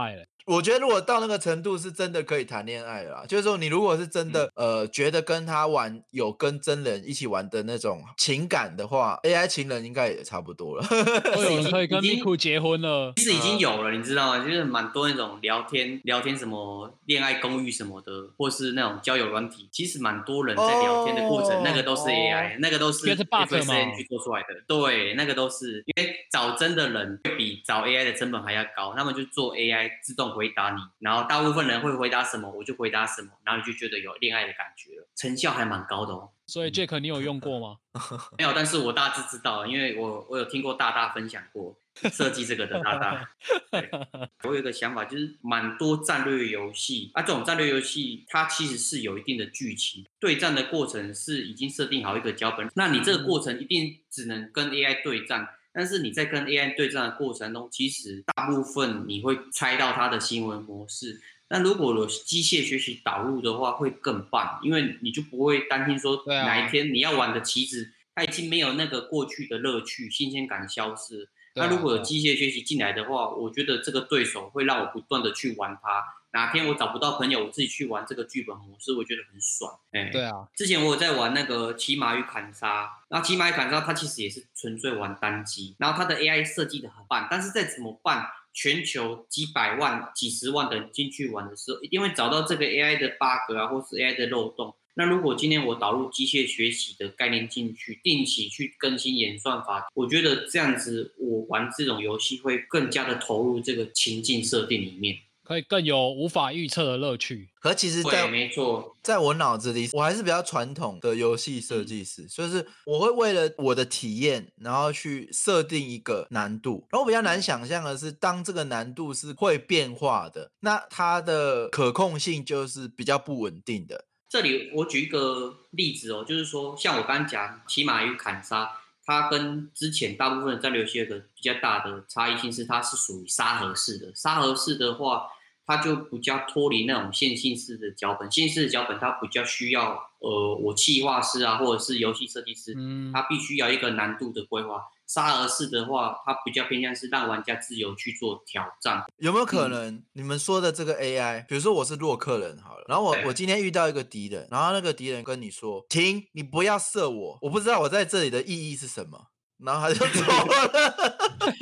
我觉得如果到那个程度，是真的可以谈恋爱了啦。就是说，你如果是真的觉得跟他玩有跟真人一起玩的那种情感的话，AI 情人应该也差不多了。 都有人可以跟 Miku 结婚了。 其实已经有了，你知道吗？就是蛮多那种聊天什么恋爱公寓什么的，或是那种交友软体，其实蛮多人在聊天的过程，那个都是 AI，那个都是 FSN 去做出来的。对，那个都是因为找真的人会比找 AI 的成本还要高，他们就做 AI 自动回答你，然后大部分人会回答什么，我就回答什么，然后你就觉得有恋爱的感觉了，成效还蛮高的哦。 所以 Jack 你有用过吗？ 没有，但是我大致知道，因为我有听过大大分享过设计这个的大大。我有一个想法，就是蛮多战略游戏啊，这种战略游戏它其实是有一定的剧情，对战的过程是已经设定好一个脚本，那你这个过程一定只能跟 AI 对战。但是你在跟 AI 对战的过程中，其实大部分你会猜到它的行为模式。那如果有机械学习导入的话，会更棒，因为你就不会担心说哪一天你要玩的棋子，它已经没有那个过去的乐趣、新鲜感消失。那如果有机械学习进来的话，我觉得这个对手会让我不断的去玩它。哪天我找不到朋友，我自己去玩这个剧本模式，我觉得很爽。 对啊， 之前我有在玩那个骑马与砍杀，然后骑马与砍杀它其实也是纯粹玩单机，然后它的 AI 设计的很棒，但是再怎么办，全球几百万、几十万的人进去玩的时候，一定会找到这个 AI 的 bug 啊，或是 AI 的漏洞。那如果今天我导入机械学习的概念进去，定期去更新演算法，我觉得这样子我玩这种游戏会更加的投入这个情境设定里面， 可以更有无法预测的乐趣。 可其实对，没错， 在我脑子里，我还是比较传统的游戏设计师，就是我会为了我的体验，然后去设定一个难度。然后比较难想象的是，当这个难度是会变化的，那它的可控性就是比较不稳定的。 这里我举一个例子哦，就是说，像我刚刚讲骑马与砍杀，它跟之前大部分的战略游戏有个比较大的差异性是，它是属于沙盒式的。沙盒式的话，它就比较脱离那种线性式的脚本。线性式的脚本它比较需要我企划师啊，或者是游戏设计师，它必须要一个难度的规划。沙盒式的话，它比较偏向是让玩家自由去做挑战。 有没有可能你们说的这个 AI，比如说我是洛克人好了，然后我今天遇到一个敌人，然后那个敌人跟你说停，你不要射我，我不知道我在这里的意义是什么，然后他就走了。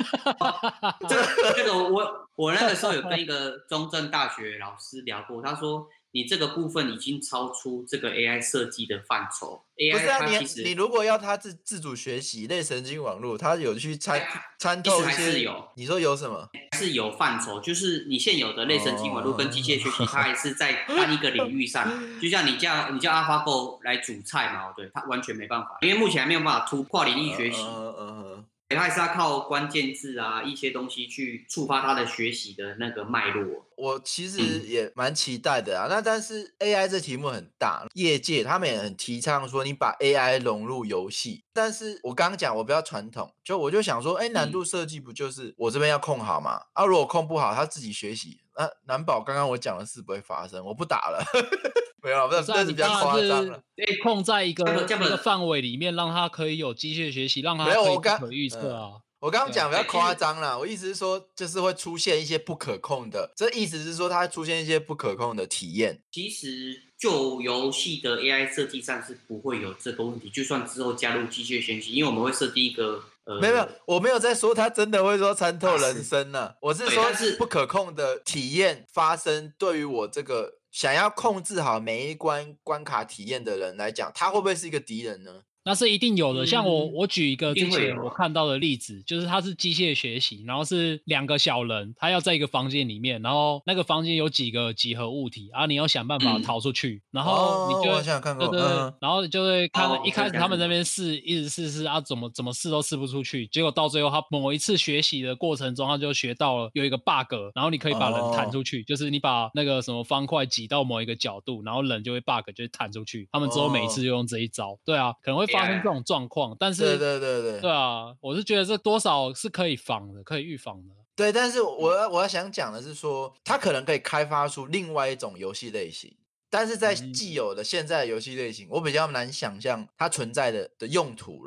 这个我那个时候有跟一个中正大学老师聊过，他说你这个部分已经超出这个 AI 设计的范畴。AI 不是啊， 它其实你如果要它自主学习类神经网络，它有去参透一些， 还是有， 你说有什么？ 是有范畴，就是你现有的类神经网络跟机械学习，它还是在单一个领域上。就像你叫 AlphaGo 来煮菜嘛，对，它完全没办法，因为目前还没有办法突跨领域学习。它还是要靠关键字啊一些东西去触发它的学习的那个脉络。 我其实也蛮期待的啊，那但是 AI 这题目很大，业界他们也很提倡说你把 AI 融入游戏，但是我刚刚讲我比较传统，我就想说，难度设计不就是我这边要控好吗？啊，如果控不好，他自己学习，那难保刚刚我讲的事不会发生，我不打了。没有，这是比较夸张了。 被控在一个范围里面，让它可以有机械学习，让它可以不可预测啊。 我刚刚讲比较夸张啦，我意思是说，就是会出现一些不可控的，这意思是说它会出现一些不可控的体验。 其实就游戏的 AI 设计上是不会有这个问题，就算之后加入机械学习，因为我们会设定一个没有，我没有在说它真的会说参透人生呢，我是说不可控的体验发生，对于我这个想要控制好每一关卡体验的人来讲，他会不会是一个敌人呢？ 那是一定有的，像我举一个之前我看到的例子，就是它是机械学习，然后是2个小人，他要在一个房间里面，然后那个房间有几个几何物体啊，你要想办法逃出去，然后你就我好像看过， 对，然后就会看一开始他们那边试，一直试啊，怎么试都试不出去，结果到最后他某一次学习的过程中，他就学到了有一个 bug， 然后你可以把人弹出去，就是你把那个什么方块挤到某一个角度，然后人就会 bug 就会弹出去，他们之后每一次就用这一招，对啊，可能会发生这种状况，但是对啊，我是觉得这多少是可以防的，可以预防的。 对，但是我要想讲的是说，它可能可以开发出另外一种游戏类型，但是在既有的现在的游戏类型，我比较难想象它存在的用途啦。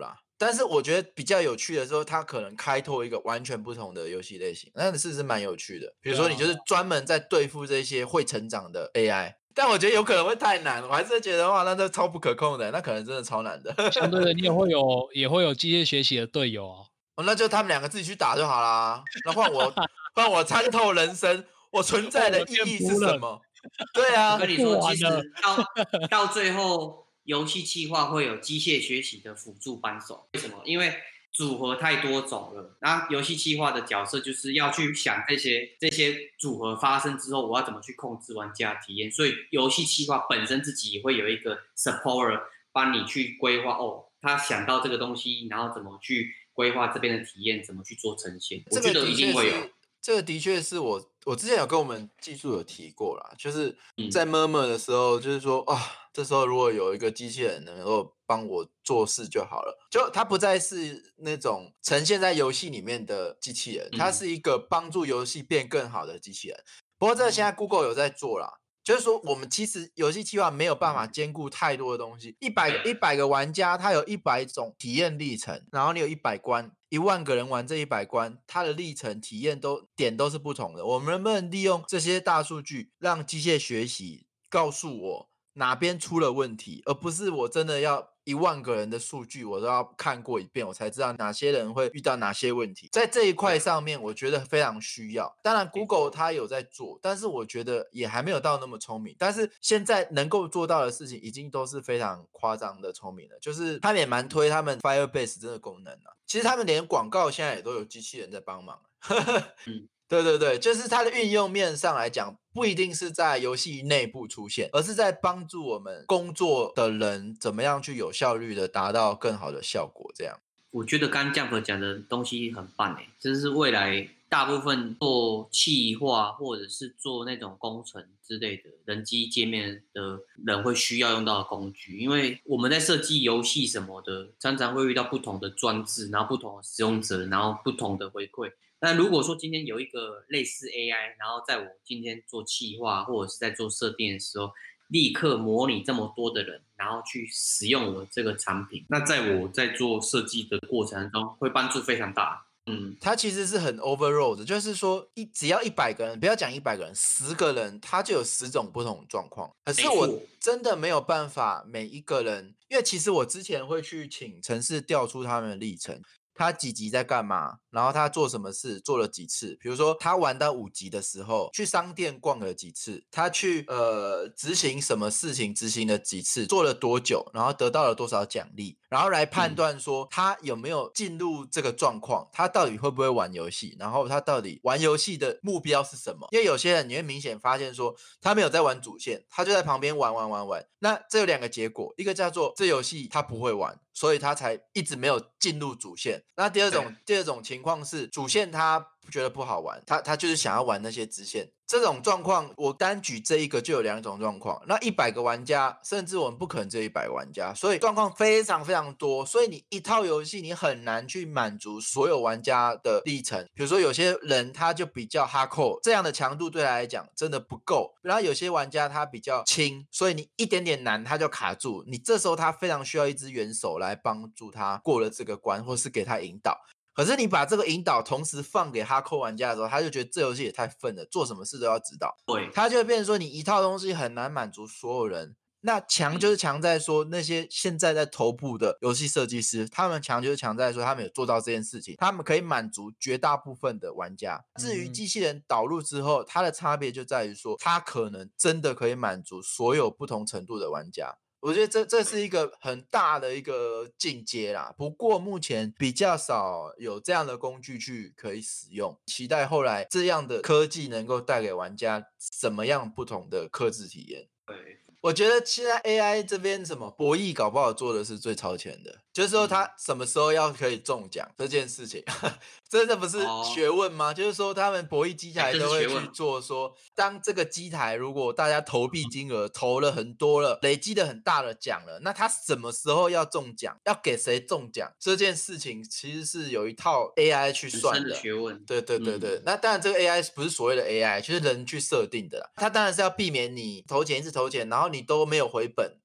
但是我觉得比较有趣的时候，它可能开拓一个完全不同的游戏类型，那事实是蛮有趣的。比如说你就是专门在对付这些会成长的 AI，但我觉得有可能会太难，我还是觉得哇，那这超不可控的，那可能真的超难的。 相对的，你也会有机械学习的队友啊。 那就他们两个自己去打就好啦。那换我参透人生，我存在的意义是什么？对啊， 我跟你说，其实到最后，游戏企划会有机械学习的辅助帮手。为什么？因为组合太多种了，那游戏企划的角色就是要去想这些组合发生之后，我要怎么去控制玩家体验。所以游戏企划本身自己也会有一个 supporter 帮你去规划他想到这个东西，然后怎么去规划这边的体验，怎么去做呈现。我觉得一定会有。 这个的确是我之前有跟我们技术有提过啦，就是在 Murmur 的时候，就是说这时候如果有一个机器人能够帮我做事就好了，就它不再是那种呈现在游戏里面的机器人，它是一个帮助游戏变更好的机器人。不过这个现在 Google 有在做啦。就是说，我们其实游戏企划没有办法兼顾太多的东西。100个玩家，他有100种体验历程，然后你有100关，10000个人玩这100关，他的历程体验都是不同的。我们能不能利用这些大数据，让机械学习告诉我哪边出了问题，而不是我真的要10000个人的数据我都要看过一遍，我才知道哪些人会遇到哪些问题。在这一块上面，我觉得非常需要。当然 ，Google 它有在做，但是我觉得也还没有到那么聪明。但是现在能够做到的事情，已经都是非常夸张的聪明了。就是他们也蛮推他们 Firebase 这个功能啊。其实他们连广告现在也都有机器人在帮忙。对对对，就是它的运用面上来讲，不一定是在游戏内部出现，而是在帮助我们工作的人怎么样去有效率的达到更好的效果。这样， 我觉得刚刚 Jump 讲的东西很棒诶，这是未来大部分做企划或者是做那种工程之类的人机界面的人会需要用到的工具，因为我们在设计游戏什么的，常常会遇到不同的装置，然后不同的使用者，然后不同的回馈。那如果说今天有一个类似 AI， 然后在我今天做企划或者是在做设定的时候，立刻模拟这么多的人，然后去使用我这个产品，那在我在做设计的过程中会帮助非常大。 它其实是很 overall 的，就是说只要100个人，不要讲100个人，10个人，他就有10种不同的状况。可是我真的没有办法每一个人，因为其实我之前会去请程式调出他们的历程。他几级在干嘛，然后他做什么事，做了几次。比如说他玩到5级的时候，去商店逛了几次，他去执行什么事情，执行了几次，做了多久，然后得到了多少奖励，然后来判断说他有没有进入这个状况，他到底会不会玩游戏，然后他到底玩游戏的目标是什么。因为有些人你会明显发现说他没有在玩主线，他就在旁边玩。那这有2个结果，一个叫做这游戏他不会玩，所以他才一直没有进入主线。那第二种情况是主线他觉得不好玩，他就是想要玩那些支线。这种状况我单举这一个就有2种状况。那100个玩家，甚至我们不可能只有100个玩家，所以状况非常非常多。所以你一套游戏你很难去满足所有玩家的历程。比如说有些人他就比较 hardcore， 这样的强度对他来讲真的不够。然后有些玩家他比较轻，所以你一点点难他就卡住。你这时候他非常需要一只元手来帮助他过了这个关，或是给他引导。可是你把这个引导同时放给哈扣玩家的时候，他就觉得这游戏也太笨了，做什么事都要指导。 对， 他就会变成说你一套东西很难满足所有人。那强就是强在说那些现在在头部的游戏设计师，他们强就是强在说他们有做到这件事情，他们可以满足绝大部分的玩家。至于机器人导入之后，它的差别就在于说，它可能真的可以满足所有不同程度的玩家。我觉得这是一个很大的一个进阶啦，不过目前比较少有这样的工具去可以使用，期待后来这样的科技能够带给玩家什么样不同的客制体验。 对， 我觉得现在 AI 这边什么博弈搞不好做的是最超前的，就是说他什么时候要可以中奖这件事情，这不是学问吗？就是说他们博弈机台都会去做说，当这个机台如果大家投币金额投了很多了，累积的很大的奖了，那他什么时候要中奖，要给谁中奖，这件事情其实是有一套 AI 去算的。 很深的学问。 对，那当然这个 AI 不是所谓的 AI，就是人去设定的啦。它当然是要避免你投钱一直投钱，然后你都没有回本，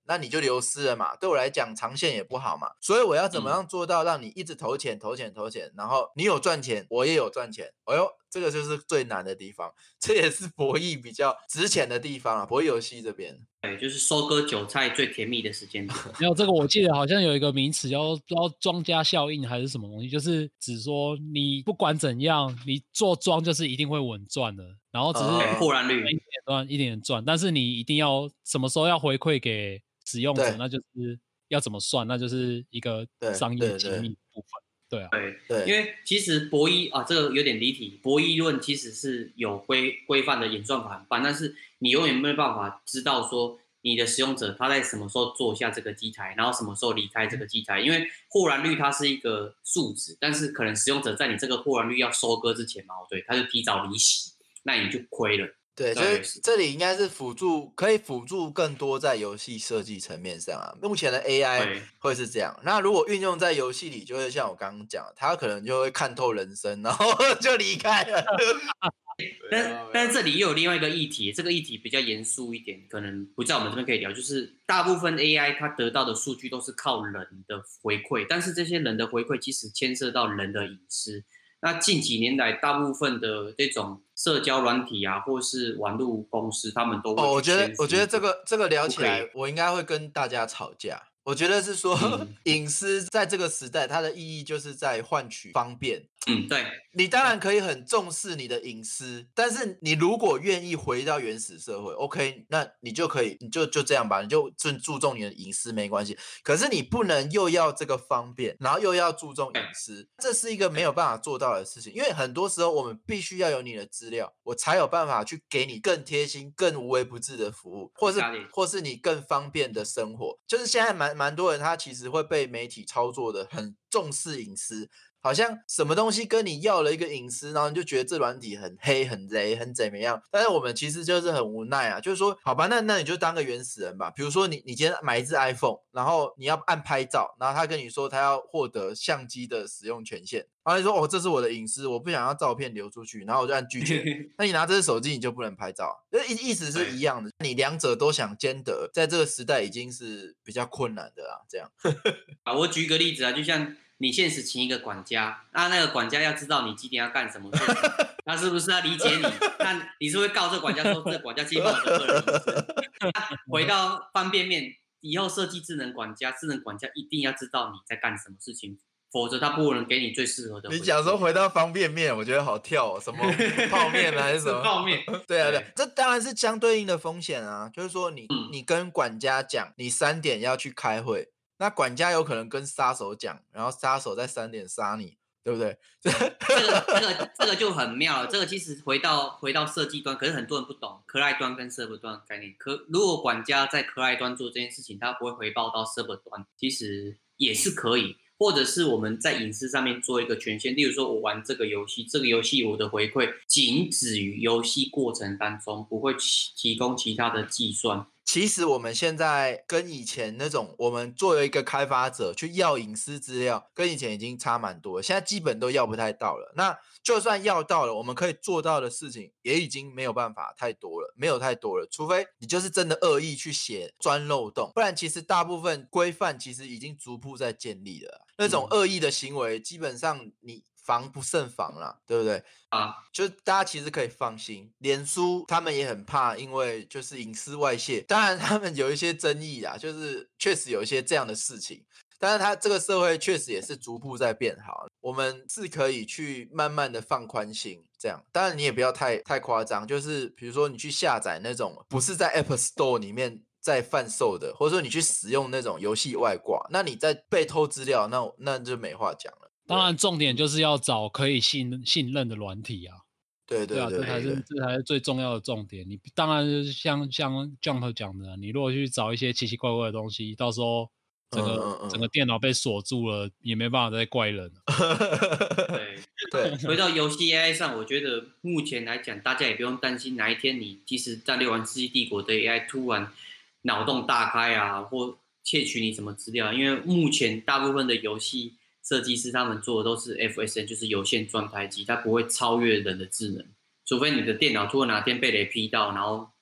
那你就流失了嘛。对我来讲，长线也不好嘛。所以我要怎么样做到让你一直投钱，然后你有赚钱，我也有赚钱。哎呦，这个就是最难的地方，这也是博弈比较值钱的地方啊，博弈游戏这边。 对，就是收割韭菜最甜蜜的时间点。 没有这个，我记得好像有一个名词叫庄家效应还是什么东西，就是指说你不管怎样，你做庄就是一定会稳赚的，然后只是破烂率一点赚，但是你一定要什么时候要回馈给使用者，那就是要怎么算，那就是一个商业机密的部分。对啊， 对，因为其实博弈啊，这个有点离题。博弈论其实是有规范的演算法很棒，但是你永远没有办法知道说你的使用者他在什么时候做下这个机台，然后什么时候离开这个机台。因为获然率它是一个数值，但是可能使用者在你这个获然率要收割之前嘛，对，他就提早离席，那你就亏了。 对，所以这里应该是可以辅助更多在游戏设计层面上啊。目前的 AI 会是这样，那如果运用在游戏里，就会像我刚刚讲，他可能就会看透人生，然后就离开了。 但是这里又有另外一个议题，这个议题比较严肃一点，可能不在我们这边可以聊，就是大部分 AI 它得到的数据都是靠人的回馈，但是这些人的回馈其实牵涉到人的隐私。那近几年来，大部分的这种社交软体啊，或是网络公司，他们都会我觉得这个聊起来，我应该会跟大家吵架。我觉得是说，隐私在这个时代，它的意义就是在换取方便。 对， 你当然可以很重视你的隐私，但是你如果愿意回到原始社会 ，OK， 那你就可以，你就这样吧，你就注重你的隐私没关系。可是你不能又要这个方便，然后又要注重隐私，这是一个没有办法做到的事情。因为很多时候我们必须要有你的资料，我才有办法去给你更贴心、更无微不至的服务，或是你更方便的生活。就是现在蛮多人他其实会被媒体操作的很重视隐私。好像什么东西跟你要了一个隐私，然后你就觉得这软体很黑、很雷、很怎么样？但是我们其实就是很无奈啊，就是说，好吧，那你就当个原始人吧。比如说你今天买一只 iPhone，然后你要按拍照，然后他跟你说他要获得相机的使用权限，然后你说哦，这是我的隐私，我不想要照片流出去，然后我就按拒绝。那你拿这只手机你就不能拍照，意思是一样的。你两者都想兼得，在这个时代已经是比较困难的啦。这样啊，我举一个例子啊，就像你现实请一个管家，那个管家要知道你几点要干什么事情，他是不是要理解你？那你是会告这个管家说这个管家侵犯我的个人隐私？回到方便面，以后设计智能管家一定要知道你在干什么事情，否则他不能给你最适合的。 你讲说回到方便面，我觉得好跳哦，什么泡面还是什么泡面？ 对啊，这当然是相对应的风险啊。就是说你跟管家讲，你3点要去开会，那管家有可能跟杀手讲，然后杀手在3点杀你，对不对？ 这个就很妙了。这个其实回到设计端，可是很多人不懂CLI端跟 server 端的概念。如果管家在CLI端做这件事情，他不会回报到 server 端，其实也是可以。或者是我们在隐私上面做一个权限，例如说我玩这个游戏，这个游戏我的回馈仅止于游戏过程当中，不会提供其他的计算。 其实我们现在跟以前那种我们作为一个开发者去要隐私资料，跟以前已经差蛮多了，现在基本都要不太到了。那就算要到了，我们可以做到的事情也已经没有办法太多了，没有太多了，除非你就是真的恶意去写钻漏洞，不然其实大部分规范其实已经逐步在建立了。那种恶意的行为，基本上你防不胜防啦，对不对？就大家其实可以放心，脸书他们也很怕，因为就是隐私外泄，当然他们有一些争议啦，就是确实有一些这样的事情，但是他这个社会确实也是逐步在变好，我们是可以去慢慢的放宽心，这样，当然你也不要太夸张，就是比如说你去下载那种不是在 App Store 里面在贩售的，或者说你去使用那种游戏外挂，那你在被偷资料，那就没话讲了。 当然，重点就是要找可以信任的软体啊。 对啊，这才是最重要的重点。你当然就是像 Jump 讲的，你如果去找一些奇奇怪怪的东西，到时候整个电脑被锁住了，也没办法再怪人了。 对，回到游戏 AI 上，我觉得目前来讲，大家也不用担心哪一天你即使战略玩《世纪帝国》的 AI 突然脑洞大开啊，或窃取你什么资料，因为目前大部分的游戏设计师他们做的都是 FSN， 就是有线状态机，它不会超越人的智能，除非你的电脑突然哪天被雷劈到，然后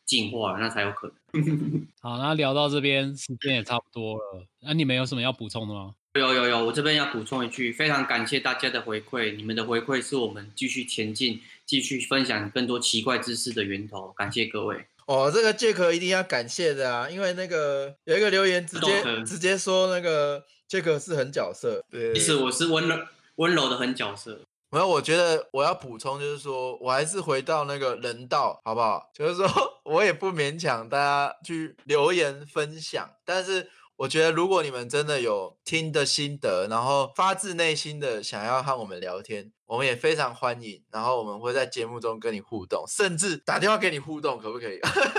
进化了，那才有可能。 好，那聊到这边时间也差不多了，那你们有什么要补充的吗？ 有，我这边要补充一句，非常感谢大家的回馈，你们的回馈是我们继续前进、继续分享更多奇怪知识的源头，感谢各位。 哦，这个杰克一定要感谢的啊，因为那个有一个留言直接说那个杰克是狠角色，对， 其实我是温柔的狠角色。 没有，我觉得我要补充就是说，我还是回到那个人道，好不好？就是说我也不勉强大家去留言分享，但是我觉得如果你们真的有听的心得，然后发自内心的想要和我们聊天，我们也非常欢迎，然后我们会在节目中跟你互动，甚至打电话给你互动，可不可以？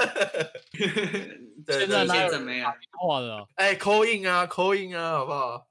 对， 现在哪有怎么样？ 话的？ call in 啊，call in 啊，好不好？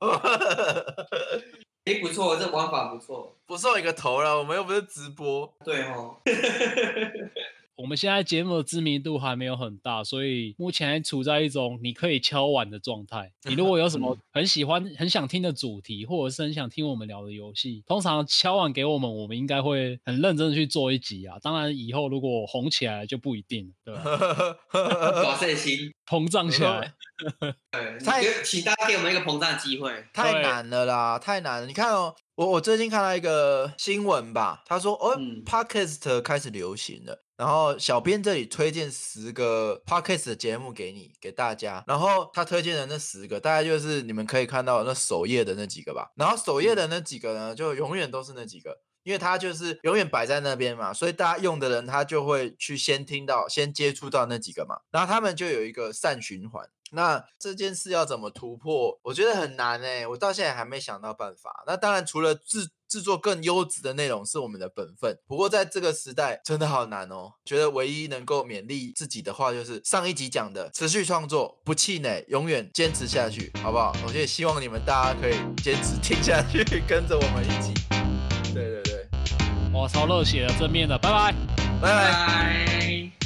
不错，这玩法不错， 不送一个头了，我们又不是直播。 对哦。 我们现在节目的知名度还没有很大，所以目前还处在一种你可以敲碗的状态。你如果有什么很喜欢、很想听的主题，或者是很想听我们聊的游戏，通常敲碗给我们，我们应该会很认真的去做一集啊。当然，以后如果红起来就不一定了，对吧？ 搞事情， 膨胀起来。 对，请大家给我们一个膨胀的机会。 太难了啦，太难了！你看哦，我最近看到一个新闻吧，他说Podcast 开始流行了。然后小编这里推荐10个 Podcast 的节目给大家，然后他推荐的那10个大概就是你们可以看到那首页的那几个吧，然后首页的那几个呢就永远都是那几个，因为它就是永远摆在那边嘛，所以大家用的人他就会去先接触到那几个嘛，然后他们就有一个善循环。那这件事要怎么突破？我觉得很难我到现在还没想到办法。那当然，除了制作更优质的内容是我们的本分，不过在这个时代真的好难哦。觉得唯一能够勉励自己的话，就是上一集讲的持续创作，不气馁，永远坚持下去，好不好？我也希望你们大家可以坚持听下去，跟着我们一起。对， 哇，超热血的，正面的，拜拜， 拜拜。